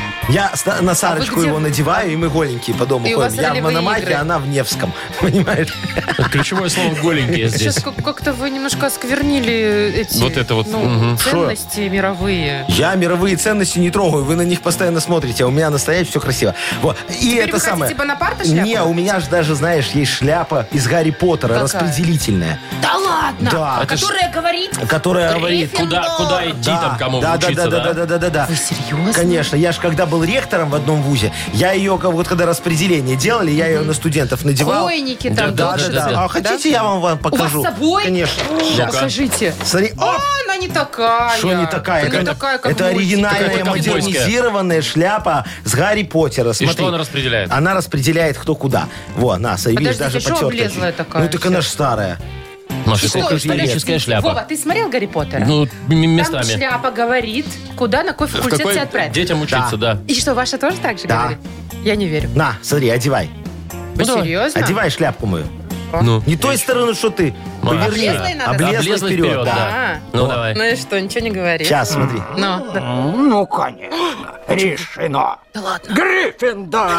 Я на Сарочку где? его надеваю, и мы голенькие по дому И у вас ходим. Я в ролевые Мономахе, игры. она в Невском. Понимаешь? Ключевое слово «голенькие» здесь. Сейчас как-то вы немножко осквернили эти Вот это вот, ценности мировые. Я мировые ценности не трогаю, вы на них постоянно смотрите, а у меня настоящее все красиво. Вот. И Теперь это вы самое. хотите Бонапарта шляпу? Не, у меня же даже, знаешь, есть шляпа из Гарри Поттера, Какая? распределительная. Да ладно! Да. Это ж- Которая говорит... Которая говорит... Куда идти там, кому учиться, да. Вы серьезно? Конечно, я же когда был ректором в одном вузе, я ее, вот когда распределение делали, я ее на студентов надевал. Койники там. Да, тоже. да. А хотите, я вам покажу? У вас с собой? Конечно. О, покажите. Смотри, А, она не такая. что не такая? Она не такая, как это мультик. оригинальная Какая-то ковбойская. модернизированная шляпа с Гарри Поттера. Смотри. что она распределяет? Она распределяет кто куда. Вот, на, смотри, видишь, Подождите, даже что потерта облезлая чуть. такая Ну, так она ж старая. Маша, Что, это историческая подождите, шляпа. Вова, ты смотрел Гарри Поттера? Ну, Там местами. шляпа говорит, куда, на какой В факультет какой тебя отправить. детям учиться, да. И что, ваша тоже так же Да. говорит? Я не верю. На, смотри, одевай. Вы давай. серьезно? Одевай шляпку мою. Ну, Не той стороны, что ты. Маша. Поверни. Облезлой надо? Облезлой Облезлой вперед, вперед, да. А, Ну, Вот. давай. ну и что, ничего не говорит? Сейчас, смотри. Ну, да. Ну, конечно, решено. Да ладно. Гриффиндор!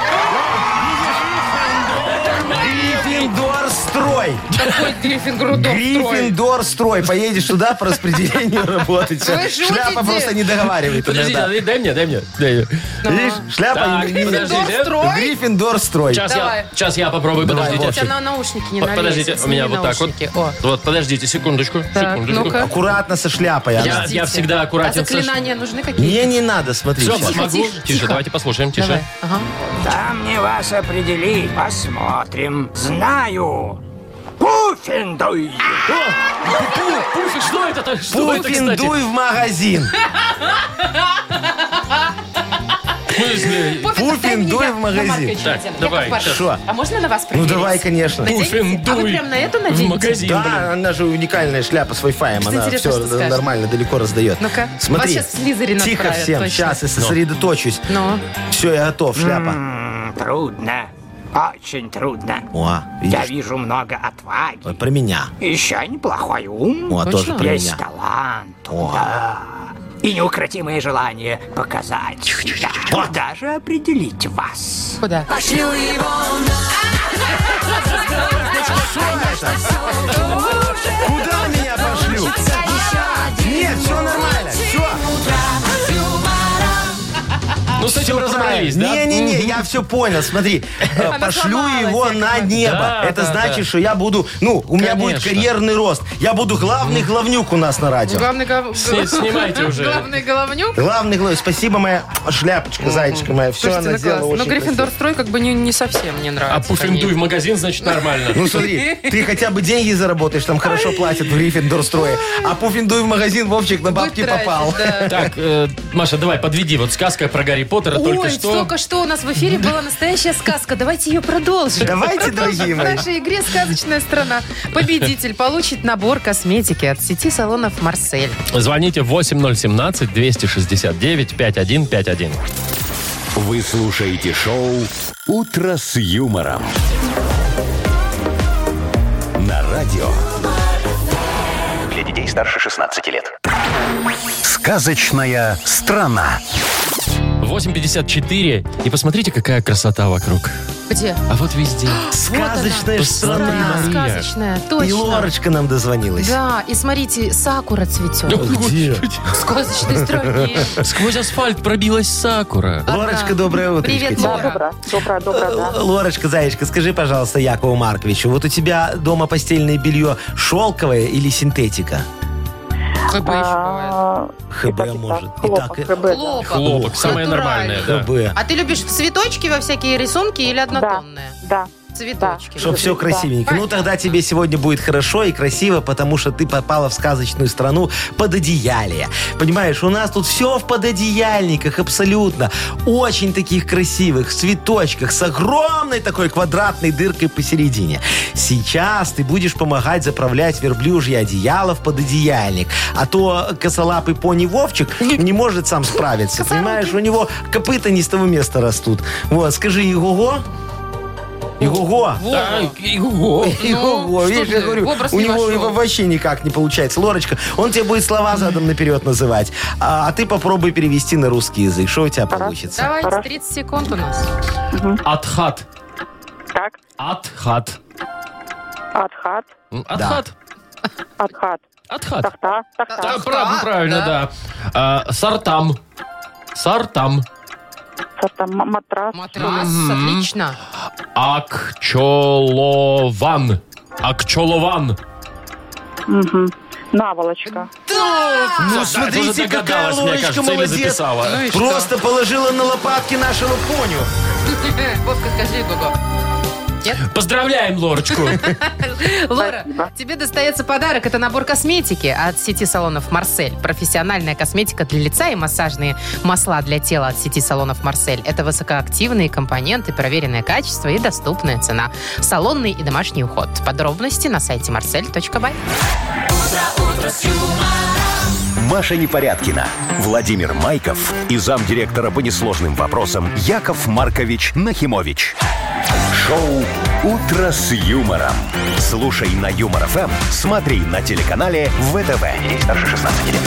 Гриффиндор строй. Какой Гриффиндор строй? Гриффиндор строй. Поедешь туда по распределению работать. Всё. Вы шутите? Шляпа просто не договаривает Подождите, иногда. дай мне. Видишь, шляпа Так, не- подождите. Строй? Гриффиндор строй. Давай. Сейчас я попробую, Давай, подождите. Вовчик. У тебя на наушники не налезет. Подождите, у меня Сними вот так вот. наушники. О. Вот, подождите, секундочку. Так, секундочку. ну-ка. Аккуратно со шляпой. она. Я всегда аккуратен. А заклинания нужны Мне какие-то? не надо, смотри. Все, щас. могу? тихо, Тише, тихо. давайте послушаем, тише. Давай. Ага. Там мне вас определить. Посмотрим. Знаю. Пуффиндуй! Пуфик, что это? Что это, кстати? Пуффиндуй в магазин. В смысле? Пуффиндуй в магазин. Так, давай, сейчас. Шо? А можно на вас Ну проверить? давай, конечно. Наденете? А вы Пуффиндуй прям на эту в наденете? магазин, блин. Да, она же уникальная шляпа с Wi-Fi. Что Она интересно, все что скажет? нормально, далеко раздает. Ну-ка. Смотри. Вас сейчас в Слизерин Тихо отправят, всем. точно. Сейчас я сосредоточусь. Ну. Все, я готов. Шляпа. Трудно. очень трудно. О, Я видишь, вижу много отваги. про меня. Еще неплохой ум. О, тоже про Есть меня. талант. О. Да. И неукротимое желание показать себя. Даже определить вас. Куда? Куда меня пошлю? Нет, все нормально, все. Ну, с этим разобрались, да? Не-не-не, я все понял, смотри. Пошлю сломалась, его Яков на Маркович. небо. Да, Это да, значит, да. что я буду, у меня будет Конечно. карьерный рост. Я буду главный главнюк у нас на радио. Главный Снимайте уже. Главный головнюк? Главный главный. Спасибо, моя шляпочка, зайчка моя. Все Слушайте, она ну сделала классно. очень Ну, Гриффиндор красиво. строй как бы не совсем мне А нравится. пуффиндуй в магазин, значит, нормально. Ну смотри, ты хотя бы деньги заработаешь, там хорошо платят в Гриффиндор строе. А пуффиндуй в магазин, Вовчик, на бабки Будет тратить, попал. да. Так, Маша, давай, подведи. Вот сказка про Гарри Поттера только Ой, что. только что у нас в эфире была настоящая сказка. Давайте ее продолжим. Давайте, дорогие В мои. нашей игре «Сказочная страна» победитель получит набор косметики от сети салонов «Марсель». Звоните 8017-269-5151. Вы слушаете шоу «Утро с юмором». На радио. Для детей старше 16 лет. Сказочная страна. 8:54. И посмотрите, какая красота вокруг. Где? А вот везде. Сказочная Посмотри, страна. Мария. Сказочная, И точно. Лорочка нам дозвонилась. Да, и смотрите, сакура цветет. Где? В сказочной стране. Сквозь асфальт пробилась сакура. Лорочка, доброе утро. Привет, Лора. Доброе. Лорочка, зайчка, скажи, пожалуйста, Якову Марковичу, вот у тебя дома постельное белье шелковое или синтетика? ХБ еще бывает. ХБ может. Итак, Хлопок. Хлопок, самое Натуральный. нормальное, да. ХБ. А ты любишь цветочки во всякие рисунки или однотонные? Да. Цветочки. Чтоб все красивенько. Ну, тогда тебе сегодня будет хорошо и красиво, потому что ты попала в сказочную страну пододеялья. Понимаешь, у нас тут все в пододеяльниках абсолютно. Очень таких красивых, в цветочках, с огромной такой квадратной дыркой посередине. Сейчас ты будешь помогать заправлять верблюжье одеяло в пододеяльник. А то косолапый пони Вовчик не может сам справиться. Понимаешь, у него копыта не с того места растут. Вот, скажи, Иго-го. Иго-го. Да, ого. Ого, что видишь, ты, я говорю, в образ у не него вошел. вообще никак не получается. Лорочка, он тебе будет слова задом наперед называть, а ты попробуй перевести на русский язык. Что у тебя получится? Давайте, 30 секунд у нас. Атхат. Так, Атхат. Адхат, Атхат. Адхат, Атхат. Тахта, Да, Тахта, правильно, да. Сартам. Сартам. Матрас, Матрас, отлично. Акчолован. Акчолован. наволочка, Ну, смотрите, какая мне Лорочка кажется, или молодец. записала. Ну и что? Просто положила на лопатки нашего поню. Вовка, скажи, Гого. Нет? Поздравляем Лорочку. Лора, Спасибо. тебе достается подарок. Это набор косметики от сети салонов «Марсель». Профессиональная косметика для лица и массажные масла для тела от сети салонов «Марсель». Это высокоактивные компоненты, проверенное качество и доступная цена. Салонный и домашний уход. Подробности на сайте marsel.by. Маша Непорядкина, Владимир Майков и замдиректора по несложным вопросам Яков Маркович Нахимович. Шоу «Утро с юмором». Слушай на Юмор ФМ, смотри на телеканале ВТВ. Ей старше 16 лет.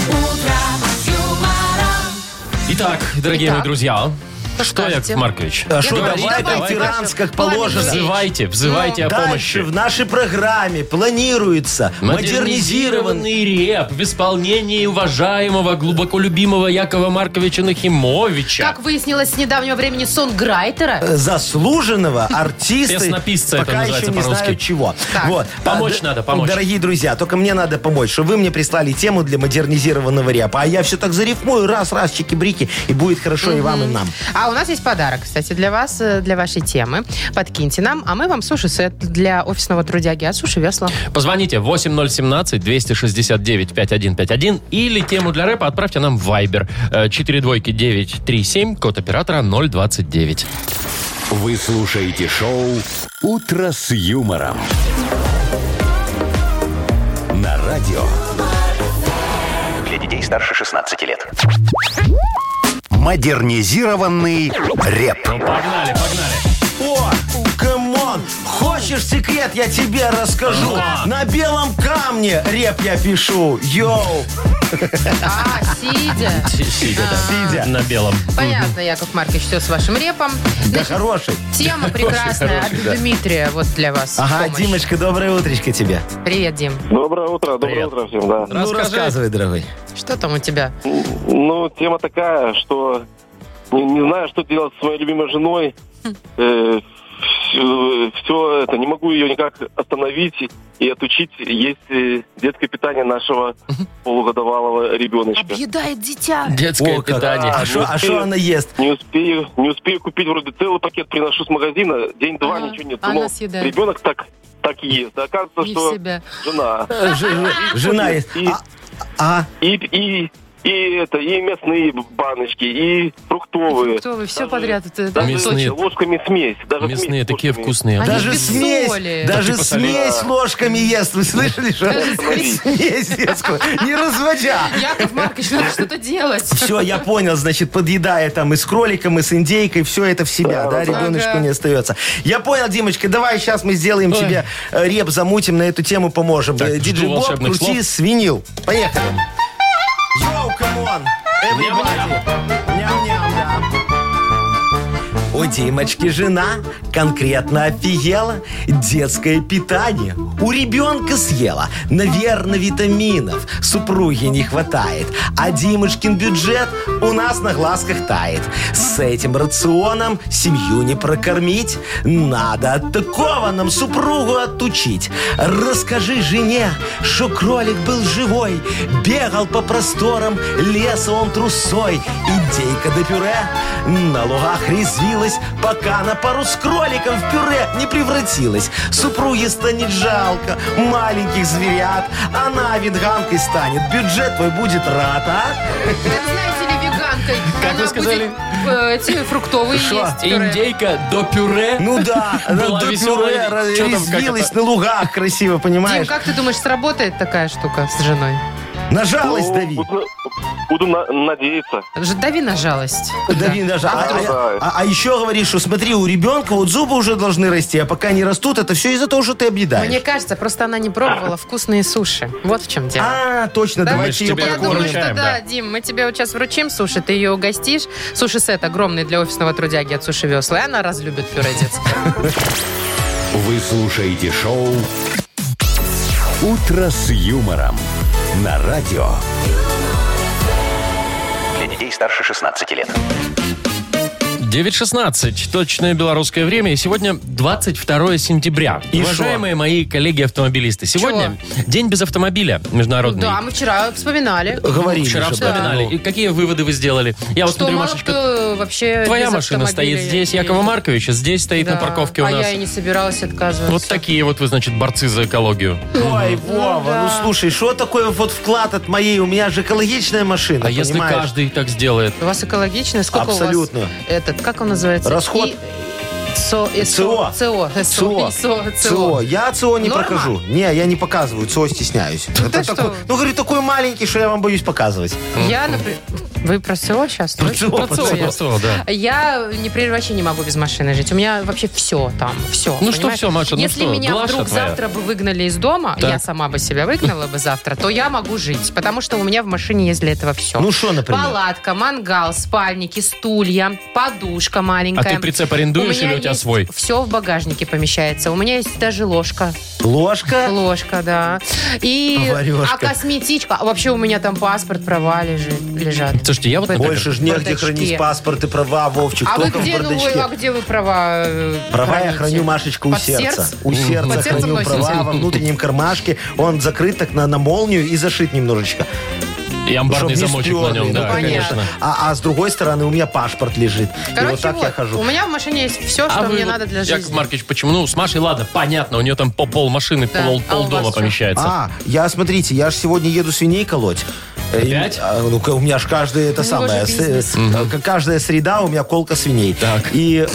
Итак, дорогие мои друзья, что, скажете? Яков Маркович? А что, Давайте, давай давайте, по-тирански, как Пламя положено. людей. Взывайте о Дальше помощи. в нашей программе планируется модернизированный... Модернизированный реп в исполнении уважаемого, глубоко любимого Якова Марковича Нахимовича. Как выяснилось с недавнего времени, сонграйтера. заслуженного артиста. Песнописца это пока еще называется не по-русски. знаю чего. Так. Вот. Помочь надо, помочь. Дорогие друзья, только мне надо помочь, что вы мне прислали тему для модернизированного репа, а я все так зарифмую, раз, чики-брики, и будет хорошо и вам, и нам. А у нас есть подарок, кстати, для вас, для вашей темы. Подкиньте нам, а мы вам суши-сет для офисного трудяги от Суши Весла. Позвоните 8017-269-5151 или тему для рэпа отправьте нам в Viber 42937, код оператора 029. Вы слушаете шоу «Утро с юмором». На радио. Для детей старше 16 лет. Модернизированный реп. Погнали. О, кому камон! Хочешь секрет, я тебе расскажу. На белом камне реп я пишу. Йоу! Сидя. Сидя, да. Сидя. На белом. Понятно, Яков Маркович, все с вашим репом. Да хороший. Тема прекрасная Хороший, от да. Дмитрия вот для вас. Ага, в помощь. Димочка, доброе утречко тебе. Привет, Дим. Доброе утро Привет. всем, да. Ну, рассказывай, дорогой. Что там у тебя? Ну, тема такая, что не знаю, что делать с моей любимой женой. Все это, не могу ее никак остановить и отучить есть детское питание нашего полугодовалого ребеночка. Объедает дитя. Детское как. питание. А что она ест? Не успею купить вроде целый пакет, приношу с магазина, день-два Ага, ничего нет. она Думал, съедает. ребенок так ест. А оказывается, Не в что себя. жена. Жена ест. И мясные баночки, и фруктовые. Фруктовые, все Даже- подряд. Это, Даже Мясные. ложками смесь. Даже Мясные смесь такие ложками. вкусные. Они Даже без смесь, соли. даже Типа соли. смесь ложками ест. Вы слышали, что? Даже Смесь детскую, не разводя. Яков Маркович, надо что-то делать. Все, я понял, значит, подъедая там и с кроликом, и с индейкой, все это в себя, да, ребеночку Ага. не остается. Я понял, Димочка, давай сейчас мы сделаем Ой. тебе реп, замутим, на эту тему поможем. Так, жду Диджей Боб, волшебных крути слов. свинил. Поехали. Йоу, камон, everybody. Ням-ням, да. У Димочки жена конкретно офигела. Детское питание у ребенка съела. Наверное, витаминов супруге не хватает. А Димочкин бюджет у нас на глазках тает. С этим рационом семью не прокормить. Надо от такого нам супругу отучить. Расскажи жене, что кролик был живой. Бегал по просторам леса он трусой. Индейка до пюре на лугах резвилась, пока на пару с кроликом в пюре не превратилась. Супруге станет жалко маленьких зверят. Она веганкой станет, бюджет твой будет рад, а? Знаете ли, веганкой. Как Она вы сказали? будет, эти фруктовые Шо? есть. пюре. Индейка до пюре. Ну да, она Была до веселая. пюре Чё там, как резвилась это? на лугах красиво, Дим, понимаешь? как ты думаешь, сработает такая штука с женой? На жалость Ну, дави. буду надеяться. Дави на жалость. Дави на жалость. вдруг? А еще говоришь, что смотри, у ребенка вот зубы уже должны расти, а пока не растут, это все из-за того, что ты объедаешь. Мне кажется, просто она не пробовала вкусные суши. Вот в чем дело. А, точно, Да? давайте ее тебя Я думаю, покормим. что да, Да. Дим, мы тебе вот сейчас вручим суши, ты ее угостишь. Суши-сет огромный для офисного трудяги от Суши Весла, и она разлюбит пюре детское. Вы слушаете шоу «Утро с юмором» на радио. Для детей старше 16 лет. 9:16. Точное белорусское время. И сегодня 22 сентября. И Уважаемые мои коллеги-автомобилисты, сегодня день без автомобиля международный. Да, мы вчера вспоминали. Говорили Вчера же, вспоминали. да. И какие выводы вы сделали? Я вот Что смотрю, мало Машечка, кто вообще твоя без машина стоит автомобиля здесь, ездит. Якова Марковича здесь стоит на Да. парковке у А нас. я и не собиралась отказываться. Вот такие вот вы, значит, борцы за экологию. Ой, Вова, ну слушай, что такое вот вклад от моей? У меня же экологичная машина, А если понимаешь? каждый так сделает? У вас экологично? Сколько Абсолютно. у вас? Этот, как он называется? Расход? ЦО. ЦО. Я ЦО не Норма? прохожу. Не, я не показываю. ЦО стесняюсь. Это что? такой, ну, говорю, такой маленький, что я вам боюсь показывать. Я, например... Вы про СО сейчас? Про Точно? ЦО, Про ЦО я. Просто, да. Я вообще не могу без машины жить. У меня вообще все там, все. Ну что всё, Маша, ну Если что, меня Глаша вдруг твоя. завтра бы выгнали из дома, Так. я сама бы себя выгнала бы завтра, то я могу жить. Потому что у меня в машине есть для этого все. Ну что, например? Палатка, мангал, спальники, стулья, подушка А маленькая. ты прицеп арендуешь или у тебя свой? Все в багажнике помещается. У меня есть даже ложка. Ложка? Ложка, да. И Поварёшка. косметичка. Вообще у меня там паспорт, права лежат. Слушайте, я вот, например, Больше ж негде бардачке. хранить паспорт и права, Вовчик, А вы только в где, бардачке. где вы права Права я храните? храню, Машечка, у Под сердца. сердце? У сердца Под сердцем храню носите? права во внутреннем кармашке. Он закрыт так на молнию и зашит немножечко. и амбарный Чтоб не замочек на нем, сперли, да, ну, конечно. А с другой стороны у меня паспорт лежит. И Короче, вот так я хожу. у меня в машине есть все, что А вы мне вот, надо для Яков жизни. Маркович, почему? Ну, с Машей, ладно, понятно, у нее там пол машины, Да. А у пол дома вас что? помещается. Смотрите, я же сегодня еду свиней колоть. Опять? Ну-ка, у меня ж каждая это самое. Каждая среда у меня колка свиней. Так. И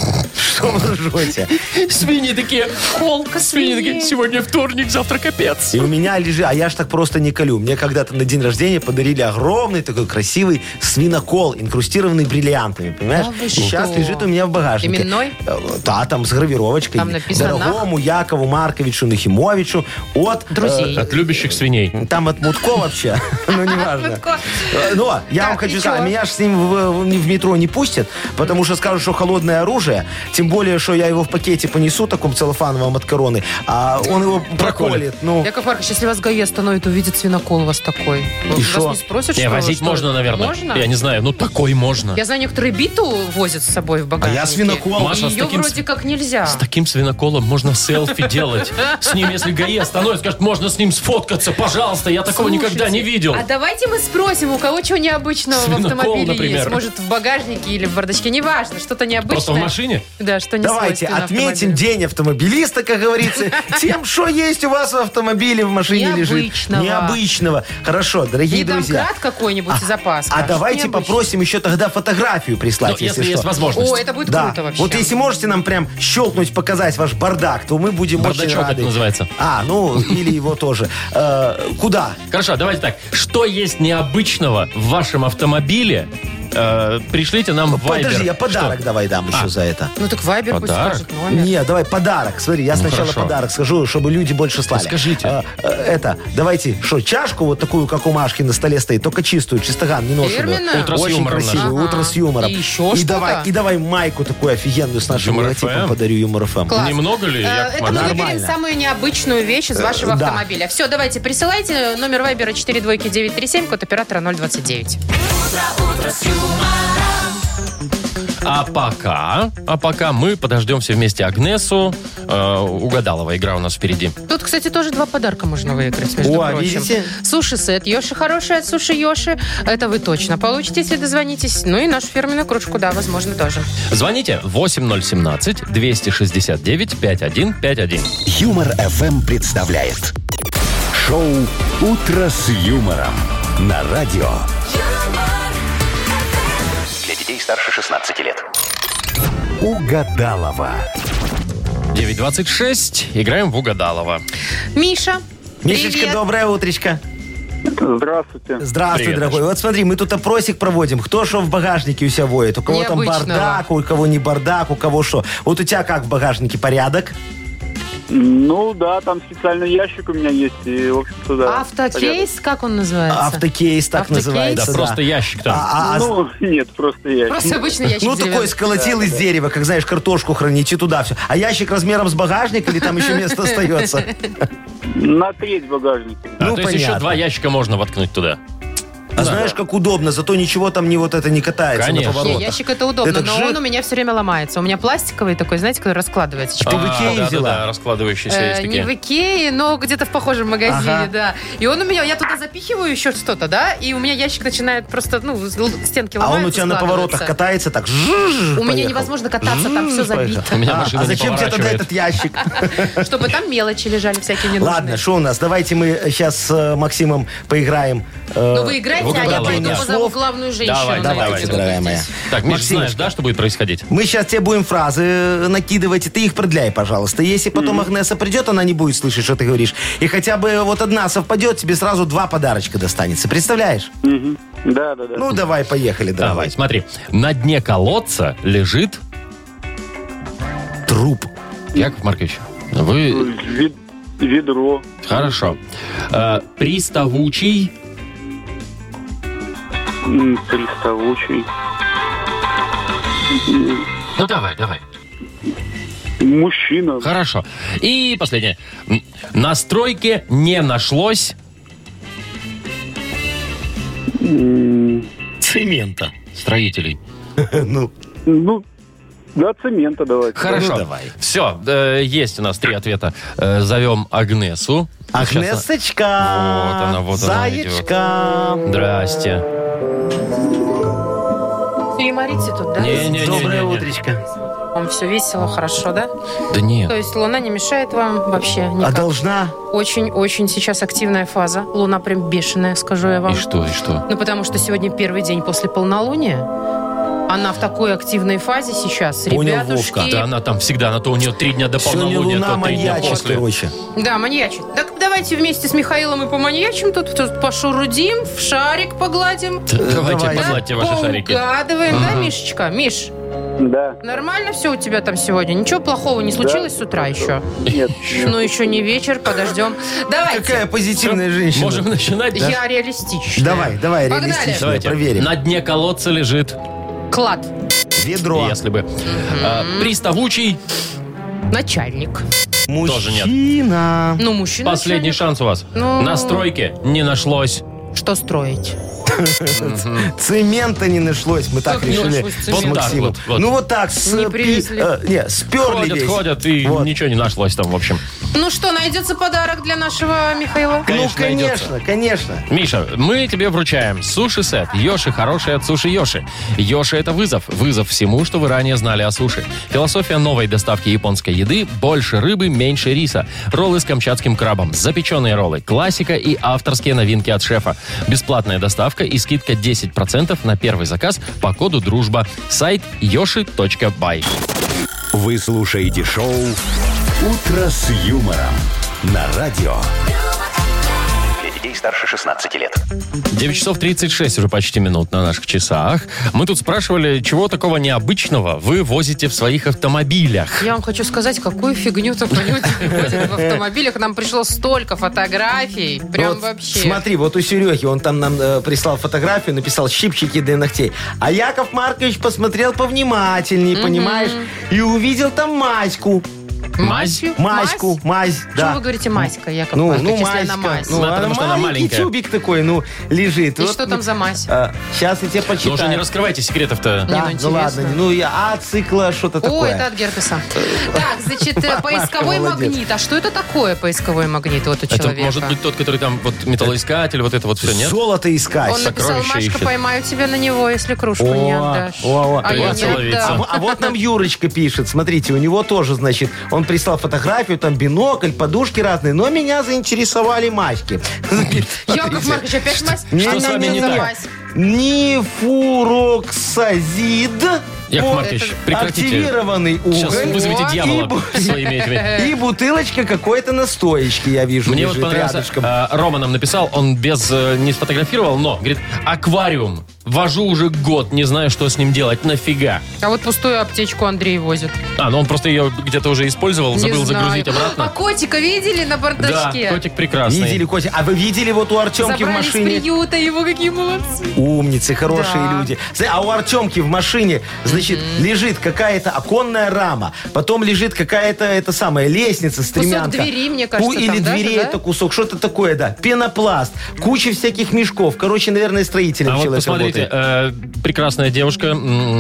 что вы ржете? Свиньи такие, холка, свиньи такие, сегодня вторник, завтра капец. И у меня лежит, а я ж так просто не колю. Мне когда-то на день рождения подарили огромный такой красивый свинокол, инкрустированный бриллиантами, понимаешь? Да вы И что? сейчас лежит у меня в багажнике. Именной? Да, там с гравировочкой. Там написано Дорогому Якову Марковичу Нахимовичу от... Друзей. От любящих свиней. Там от Мутко вообще, ну неважно. Мутко. Но я Так, вам хочу и сказать, чё? меня же с ним в метро не пустят, потому что скажут, что холодное оружие, тем более, что я его в пакете понесу, таком целлофановом от короны, а он его проколет. Ну, Яков Маркович, если вас ГАИ остановит, увидит свинокол у вас такой. Ну, И вас шо? не спросят, Не, что возить что можно, это? наверное. Можно? Я не знаю, ну такой можно. Я знаю, некоторые биту возят с собой в багажнике. свинокол. Маша, И с ее таким вроде как нельзя. С таким свиноколом можно селфи делать. С ним, если ГАИ остановит, скажет, можно с ним сфоткаться, пожалуйста, я такого никогда не видел. А давайте мы спросим, у кого чего необычного в Свинокол, автомобиле например. есть. Может, в багажнике или в бардачке, неважно, что-то необычное. Просто в машине? Да, что не давайте свойственно отметим автомобилю. день автомобилиста, как говорится, тем, что есть у вас в автомобиле, в машине лежит. Необычного. Необычного. Хорошо, дорогие Не друзья. домкрат какой-нибудь из запаска. А давайте Необычно. попросим еще тогда фотографию прислать, Ну, если что. есть возможность. О, это будет Да, круто вообще. вот если можете нам прям щелкнуть, показать ваш бардак, то мы будем очень Бардачок рады. это называется. Ну, или его тоже. Куда? Хорошо, давайте так. Что есть необычного в вашем автомобиле? Пришлите нам в Viber. Подожди, я подарок Что? давай дам еще за это. Ну так Вайбер пусть Подарок? скажет номер. Не, давай подарок. Смотри, я сначала хорошо. подарок скажу, чтобы люди больше слали. Скажите. Давайте, что, чашку вот такую, как у Машки на столе стоит, только чистую, чистоган, не ношеную. Фирменную? Утро с Очень юмором красивую, наш. утро с юмором. И еще что-то? давай майку такую офигенную с нашим Юмор логотипом FM? подарю, Юмор ФМ. Класс. Немного ли, Яков Это мы Маркович? выберем Нормально. самую необычную вещь из вашего да. автомобиля. Все, давайте, присылайте номер Вайбера 42937, код оператора 029. А пока мы подождем все вместе Агнесу. Угадалова игра у нас впереди. Тут, кстати, тоже 2 подарка можно выиграть, между О, прочим. видите? Суши-сет Йоши хороший от Суши Йоши. Это вы точно получите, если дозвонитесь. Ну и нашу фирменную кружку, да, возможно, тоже. Звоните 8017-269-5151. Юмор FM представляет шоу Утро с юмором на радио. Для детей старше 16 лет. Угадалова. 9:26. Играем в Угадалова. Миша, Мишечка, привет. доброе утречко. Здравствуйте. Здравствуй, Привет, дорогой. Миша. Вот смотри, мы тут опросик проводим. Кто что в багажнике у себя воет? У кого там Необычного. бардак, у кого не бардак, у кого что. Вот у тебя как в багажнике порядок? Ну да, там специальный ящик у меня есть, и, в общем-то, да. Автокейс, как он называется? Автокейс так Автокейс? называется. Да, просто ящик там. Ну, нет, просто ящик. Просто обычный ящик Ну, такой деревянный. сколотил из дерева, как, знаешь, картошку хранить и туда все. А ящик размером с багажник или там еще место остается? На треть багажника. Ну, То есть еще понятно. 2 ящика можно воткнуть туда. А знаешь, как удобно, зато ничего там не вот это не катается Конечно. на поворотах. Не, ящик это удобно, Это но же- он у меня все время ломается. У меня пластиковый такой, знаете, который раскладывается. Ты в Икее да, взяла? Да, раскладывающиеся есть Не такие. в Икее, но где-то в похожем магазине, Ага. да. И он у меня, я туда запихиваю еще что-то, да, и у меня ящик начинает просто, стенки А ломаются, он у тебя на поворотах складываются. катается так. У меня невозможно кататься, там все забито. У меня машина А не зачем тебе тогда поворачивает. этот ящик? Чтобы там мелочи лежали всякие ненужные. Ладно, что у нас? Давайте мы сейчас с Максимом поиграем. Ну вы играете, а я Угадала, пойду да. позову главную женщину. Давай, Давайте, дорогая моя. Так, Миш, Максимочка. знаешь, да, что будет происходить? Мы сейчас тебе будем фразы накидывать, и ты их продляй, пожалуйста. Если потом Агнеса придет, она не будет слышать, что ты говоришь. И хотя бы вот одна совпадет, тебе сразу 2 подарочка достанется. Представляешь? Да. Ну, давай, поехали, Давай, дорогой. смотри. На дне колодца лежит... Труп. Яков Маркович, вы... Ведро. Хорошо. Приставучий... Приставучий. Ну, давай. Мужчина. Хорошо. И последнее. На стройке не нашлось... Цемента. Строителей. Ну, Ну, да, цемента давайте. Хорошо. Ну, давай. Все, есть у нас 3 ответа. Зовем Агнесу. Сейчас Агнесочка. Вот она идет. Заячка. Здрасте. Юморите тут, да? Не-не-не. Доброе утречко. Вам все весело, хорошо, да? Да нет. То есть Луна не мешает вам вообще А никак? должна? Очень-очень сейчас активная фаза. Луна прям бешеная, скажу я вам. И что? Ну, потому что сегодня первый день после полнолуния. Она в такой активной фазе сейчас. Понял, Ребятушки. Вовка. Да она там всегда, на то у нее 3 дня до Сегодня полнолуния, Луна то 3 дня маньячит, после. короче. Да, маньячит. Так давайте вместе с Михаилом и поманьячим, тут пошурудим, в шарик погладим. Давайте, Давай. погладьте ваши шарики. Поугадываем, да, Мишечка? Миш, Да. нормально все у тебя там сегодня? Ничего плохого не случилось с утра еще? Нет. Ну, еще не вечер, подождем. Давайте. Какая позитивная женщина. Можем начинать, да? Я реалистичная. Давай, Погнали. реалистично, Давайте. проверим. На дне колодца лежит, Клад. Ведро. если бы. Приставучий. Начальник. Тоже нет. Мужчина. Ну, мужчина. Последний начальник. шанс у вас. Ну. На стройке не нашлось. Что строить? Цемента не нашлось, мы так Как не решили нашлось с цемента? Вот так Максимом. вот. Ну вот так, Не привезли. сперли Ходят, весь. и Вот. ничего не нашлось там, в общем. Ну что, найдется подарок для нашего Михаила? Конечно, Ну, найдется. конечно. Миша, мы тебе вручаем суши-сет Йоши хороший от Суши Йоши. Йоши — это вызов. Вызов всему, что вы ранее знали о суши. Философия новой доставки японской еды — больше рыбы, меньше риса. Роллы с камчатским крабом, запеченные роллы, классика и авторские новинки от шефа. Бесплатная доставка и скидка 10% на первый заказ по коду «Дружба». Сайт yoshi.by. Вы слушаете шоу «Утро с юмором» на радио. Для детей старше 16 лет. 9 часов 36 уже почти минут на наших часах. Мы тут спрашивали, чего такого необычного вы возите в своих автомобилях. Я вам хочу сказать, какую фигню только люди возят в автомобилях. Нам пришло столько фотографий. Прям Вот вообще. Смотри, вот у Сереги, он там нам прислал фотографию, написал щипчики для ногтей. А Яков Маркович посмотрел повнимательнее, понимаешь, и увидел там маську. Масью? Маську, мазь, Что да. вы говорите маська, Яков Ну, Маркович, если маська. она мазь? Ну, Потому что она маленький маленькая. тюбик такой, лежит. И Вот что там за мазь? Сейчас я тебе Ну почитаю. уже не раскрывайте секретов-то. Да, Не, ну, ну ладно, интересно. цикла, что-то О, такое. это от герпеса. Так, значит, поисковой Молодец. магнит. А что это такое, поисковой магнит вот у Это человека? может быть тот, который там вот металлоискатель, вот это вот все, нет? Золото искать. Он написал, сокровища Машка, ищет. поймаю тебя на него, если кружку не отдашь. о. А я не Придется ловиться. отдам. А вот нам Юрочка пишет, смотрите, у него тоже, значит, он прислал фотографию, там бинокль, подушки разные, но меня заинтересовали маськи. Яков Маркович, опять мазь? Что с вами не за так? мазь? Нифуроксазид. Яков Вот, Маркович, это прекратите. Активированный Сейчас уголь. вызовите О, дьявола своими этими. И бутылочка какой-то настоечки, я вижу, Мне вот лежит понравился, рядышком. Рома нам написал, он не сфотографировал, но, говорит, аквариум. Вожу уже год, не знаю, что с ним делать, нафига. А вот пустую аптечку Андрей возит. Ну он просто ее где-то уже использовал, Не забыл знаю. загрузить А обратно. котика видели на Да, бардачке? котик прекрасный. Видели, Котя? А вы видели вот у Артемки в Забрали с машине? приюта его, какие молодцы. Умницы, хорошие Да. люди. А у Артемки в машине, значит, лежит какая-то оконная рама, потом лежит какая-то, лестница, стремянка. двери, мне кажется, Или там даже, двери, да? это кусок, что-то такое, да. Пенопласт, куча всяких мешков. Короче, наверное, строителем А вот человек посмотрите, работает. прекрасная девушка,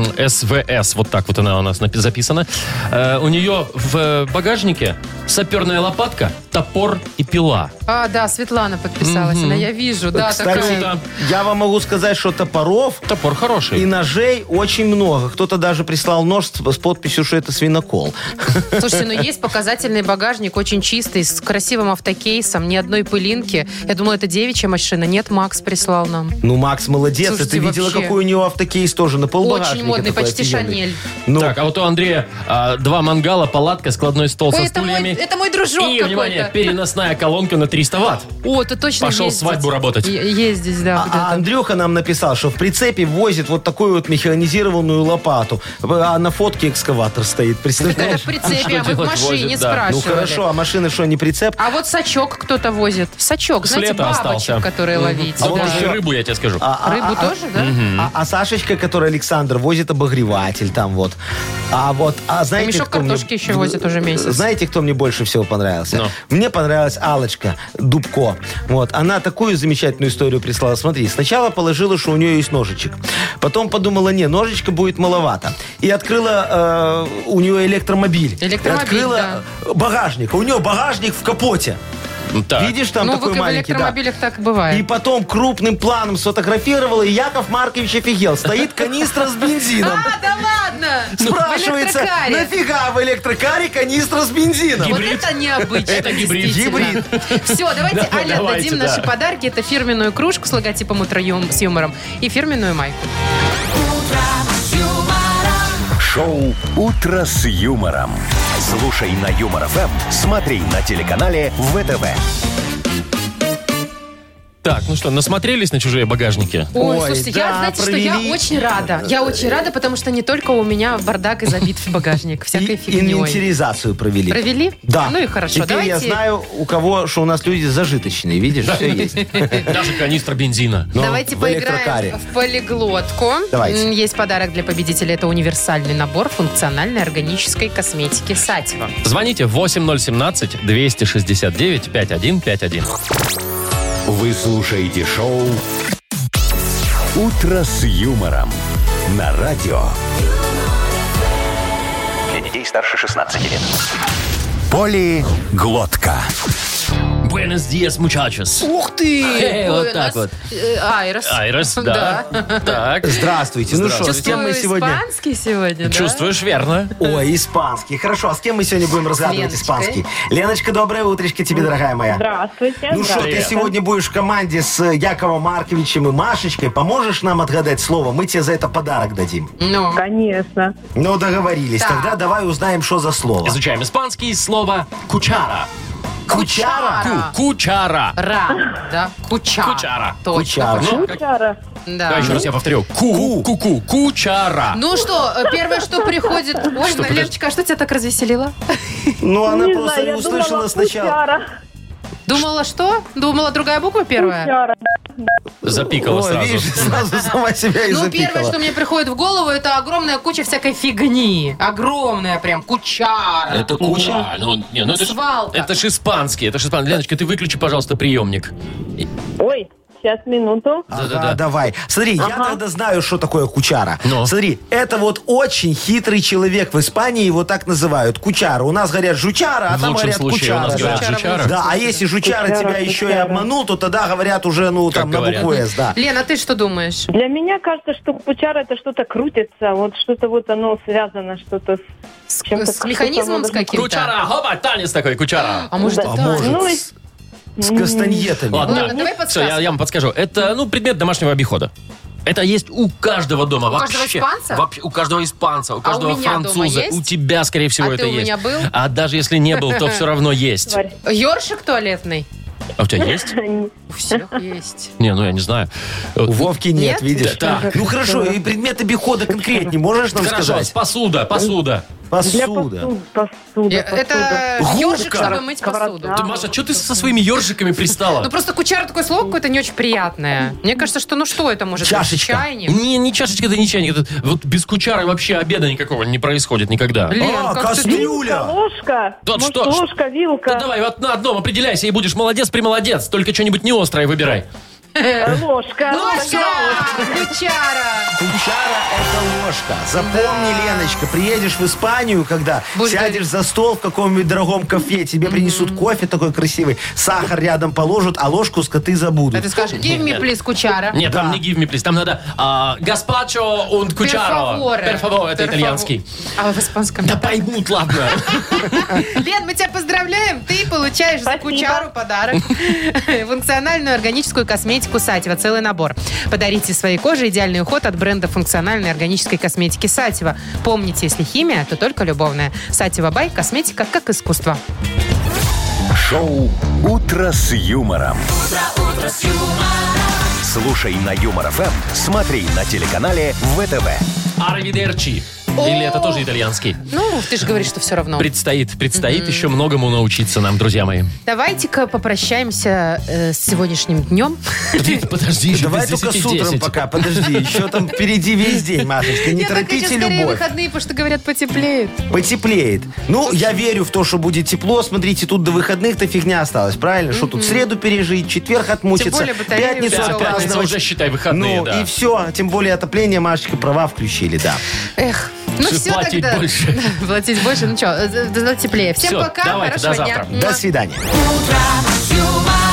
СВС, вот так вот она у нас записана. У нее в багажнике саперная лопатка, топор и пила. А, да, Светлана подписалась. Она, я вижу, да, Кстати, такая. круто. я вам могу сказать, что топоров Топор хороший. и ножей очень много. Кто-то даже прислал нож с подписью, что это свинокол. Слушайте, ну есть показательный багажник, очень чистый, с красивым автокейсом, ни одной пылинки. Я думала, это девичья машина. Нет, Макс прислал нам. Ну, Макс молодец. Слушайте, Ты видела, вообще. какой у него автокейс тоже на полбагажника? Очень модный, такой почти офигенный. Шанель. Ну, Так, а вот у Андрея 2 мангала, палатка, складной стол Ой, со это стульями. это мой дружок И, внимание, какой-то. переносная колонка на 300 ватт. О, ты точно Пошел ездить. свадьбу работать. Ездить, да. А куда-то. Андрюха нам написал, что в прицепе возит вот такую вот механизированную лопату. А на фотке экскаватор стоит, Это представляешь? в прицепе, а Что вы в делать машине возит, да. Ну спрашивали. хорошо, а машина что, не прицеп? А вот сачок кто-то возит. Сачок, С знаете, лета бабочек, остался. которые ловить. А вот да. даже рыбу, я тебе скажу. Рыбу тоже, да? А Сашечка, который Александр, возит обогреватель там вот. А знаете, мешок кто мне- картошки еще возит уже месяц. Знаете, кто мне больше всего понравился? Ну. Мне понравилась Аллочка Дубко. Вот. Она такую замечательную историю прислала. Смотри, сначала положила, что у нее есть ножичек. Потом подумала, не, ножичка будет маловато. И открыла у нее электромобиль. Электромобиль, И открыла багажник. У нее багажник в капоте. Так. Видишь, там Ну, такой в маленький, да. электромобилях так и бывает. И потом крупным планом сфотографировала, и Яков Маркович офигел. Стоит канистра с бензином. А, да ладно! Спрашивается, В электрокаре. нафига в электрокаре канистра с бензином? Вот это необычно. Это гибрид. действительно. Все, давайте Да, Ален давайте, дадим да. наши подарки. Это фирменную кружку с логотипом «Утро с юмором» и фирменную майку. Шоу «Утро с юмором». Слушай на Юмор ФМ, смотри на телеканале ВТВ. Так, ну что, насмотрелись на чужие багажники? Ой, Ой, слушайте, да, знаете, что я провели. очень рада. Я очень рада, потому что не только у меня бардак и забит в багажник всякой фигней. Инвентаризацию провели. Провели? Да. Ну и хорошо. Теперь я Давайте, знаю, у кого, что у нас люди зажиточные. Видишь, все есть. Даже канистра бензина. Но давайте в электрокаре. поиграем в полиглотку. Давайте. Есть подарок для победителя. Это универсальный набор функциональной органической косметики «Сатева». Звоните 8017-269-5151. Вы слушаете шоу «Утро с юмором» на радио. Для детей старше 16 лет. Полиглотка. Buenos dias, muchachos. Ух ты! Эй, Ой, вот у так нас, вот. Айрос. Айрес, да. Так. Здравствуйте. Ну что, с кем мы сегодня? Испанский сегодня, да? Чувствуешь, верно? Ой, испанский. Хорошо, а с кем мы сегодня будем разгадывать Леночкой. испанский? Леночка, доброе утречко тебе, дорогая моя. Здравствуйте. Ну что, ты Привет. сегодня будешь в команде с Яковом Марковичем и Машечкой. Поможешь нам отгадать слово? Мы тебе за это подарок дадим. Ну, Конечно. Ну, договорились. Так. Тогда давай узнаем, что за слово. Изучаем испанский. Слово кучара. кучара. Кучара. Ра, да? Кучара. Кучара. Точно. Кучара. Ну, как- Чара. Да. давай еще раз я повторю. Ку-ку-ку. Кучара. Ну что, первое, что приходит... Ой, подожди. Леночка, а что тебя так развеселило? Ну, она Не просто знаю, не я услышала думала, сначала. Кучара. Думала, что? Думала, другая буква первая? Кучара. Запикала Ой, сразу. видишь, сразу сама себя и Ну, первое, запикала. что мне приходит в голову, это огромная куча всякой фигни. Огромная прям, кучара. Это куча? А, ну, не, ну это ж- Свалка. это ж испанский. Это ж испанский. Леночка, ты выключи, пожалуйста, приемник. Ой, сейчас, минуту. Ага, Да-да-да. давай. Смотри, я тогда знаю, что такое кучара. Ну? Смотри, это вот очень хитрый человек. В Испании его так называют. Кучара. У нас говорят жучара, а В там лучшем говорят случае у кучара. нас говорят да. жучара. Да, а если жучара Кучара, тебя еще и кучара. обманул, то тогда говорят уже, ну, Как там, на говорят? букву «С», да. Лена, ты что думаешь? Для меня кажется, что кучара это что-то крутится, вот что-то вот оно связано, что-то С, чем-то- с механизмом с что-то каким-то? Кучара. Хоба, танец такой, кучара. А может, Да. это... А может, Ну, и- с кастаньетами. Ладно, Ладно, давай Все, подсказку. я вам подскажу. Это, ну, предмет домашнего обихода. Это есть у каждого дома. У каждого вообще. испанца? Вообще, у каждого испанца, у каждого у меня дома француза. есть? У тебя, скорее всего, А это ты у есть. меня был? А даже если не был, то все равно есть. Тварь. Ёршик туалетный? А у тебя есть? У всех есть. Не, ну я не знаю. У Вовки нет, Нет? видишь? Да, так. Ну хорошо, и предмет обихода конкретнее можешь нам Хорошо, сказать? посуда. Для Посуда. посуды. Это Губка. ёршик, чтобы мыть Сковорода. посуду. Ты, Маша, что ты со своими ежиками пристала? Ну просто кучара такое слово какое-то не очень приятное. Мне кажется, что ну что это может Чашечка. быть? Чайник? Не чашечка, это не чайник. Это вот без кучары вообще обеда никакого не происходит никогда. Лен, А, как ты кастрюля. Ложка. Вот Может, что ж. ложка, вилка. Да давай вот на одном определяйся и будешь молодец, только что-нибудь не острое выбирай. Ложка. Ложка! Кучара! Кучара – это ложка. Запомни, Леночка, приедешь в Испанию, когда Будешь сядешь говорить. за стол в каком-нибудь дорогом кафе, тебе принесут кофе такой красивый, сахар рядом положат, а ложку скоты А забудут. ты скажешь, give me please кучара. Нет, там не give me please, там надо гаспачо und кучаро. Per favore. Это Per итальянский. А в испанском? Да поймут, ладно. Лен, мы тебя поздравляем. Ты получаешь за Спасибо. кучару подарок. Функциональную органическую косметику Сатева. Целый набор. Подарите своей коже идеальный уход от бренда функциональной органической косметики Сатева. Помните, если химия, то только любовная. Сатева Бай. Косметика как искусство. Шоу «Утро с юмором». Слушай на Юмор ФМ, смотри на телеканале ВТВ. Аривидерчи. Или это тоже итальянский? Ну, ты же говоришь, что все равно. Предстоит еще многому научиться нам, друзья мои. Давайте-ка попрощаемся с сегодняшним днем. Подожди, еще Давай без только с 10:10. утром пока, подожди, еще там впереди весь день, Машечка, не Я так хочу торопите скорее любовь. выходные, потому что, говорят, потеплеет. Потеплеет. Ну, я верю в то, что будет тепло. Смотрите, тут до выходных-то фигня осталась, правильно? Что тут среду пережить, четверг отмучиться, Тем более батареи пятницу все Пятница отпраздновать. уже, считай, выходные, Ну, да. и все. Тем более отопление, Машечка, права включили, да. Эх, ну Что, все платить тогда. больше? Платить больше, ну что, теплее. Всем Всё, пока, давайте, хорошего до дня. завтра. До свидания. Утро с юмором. юмор.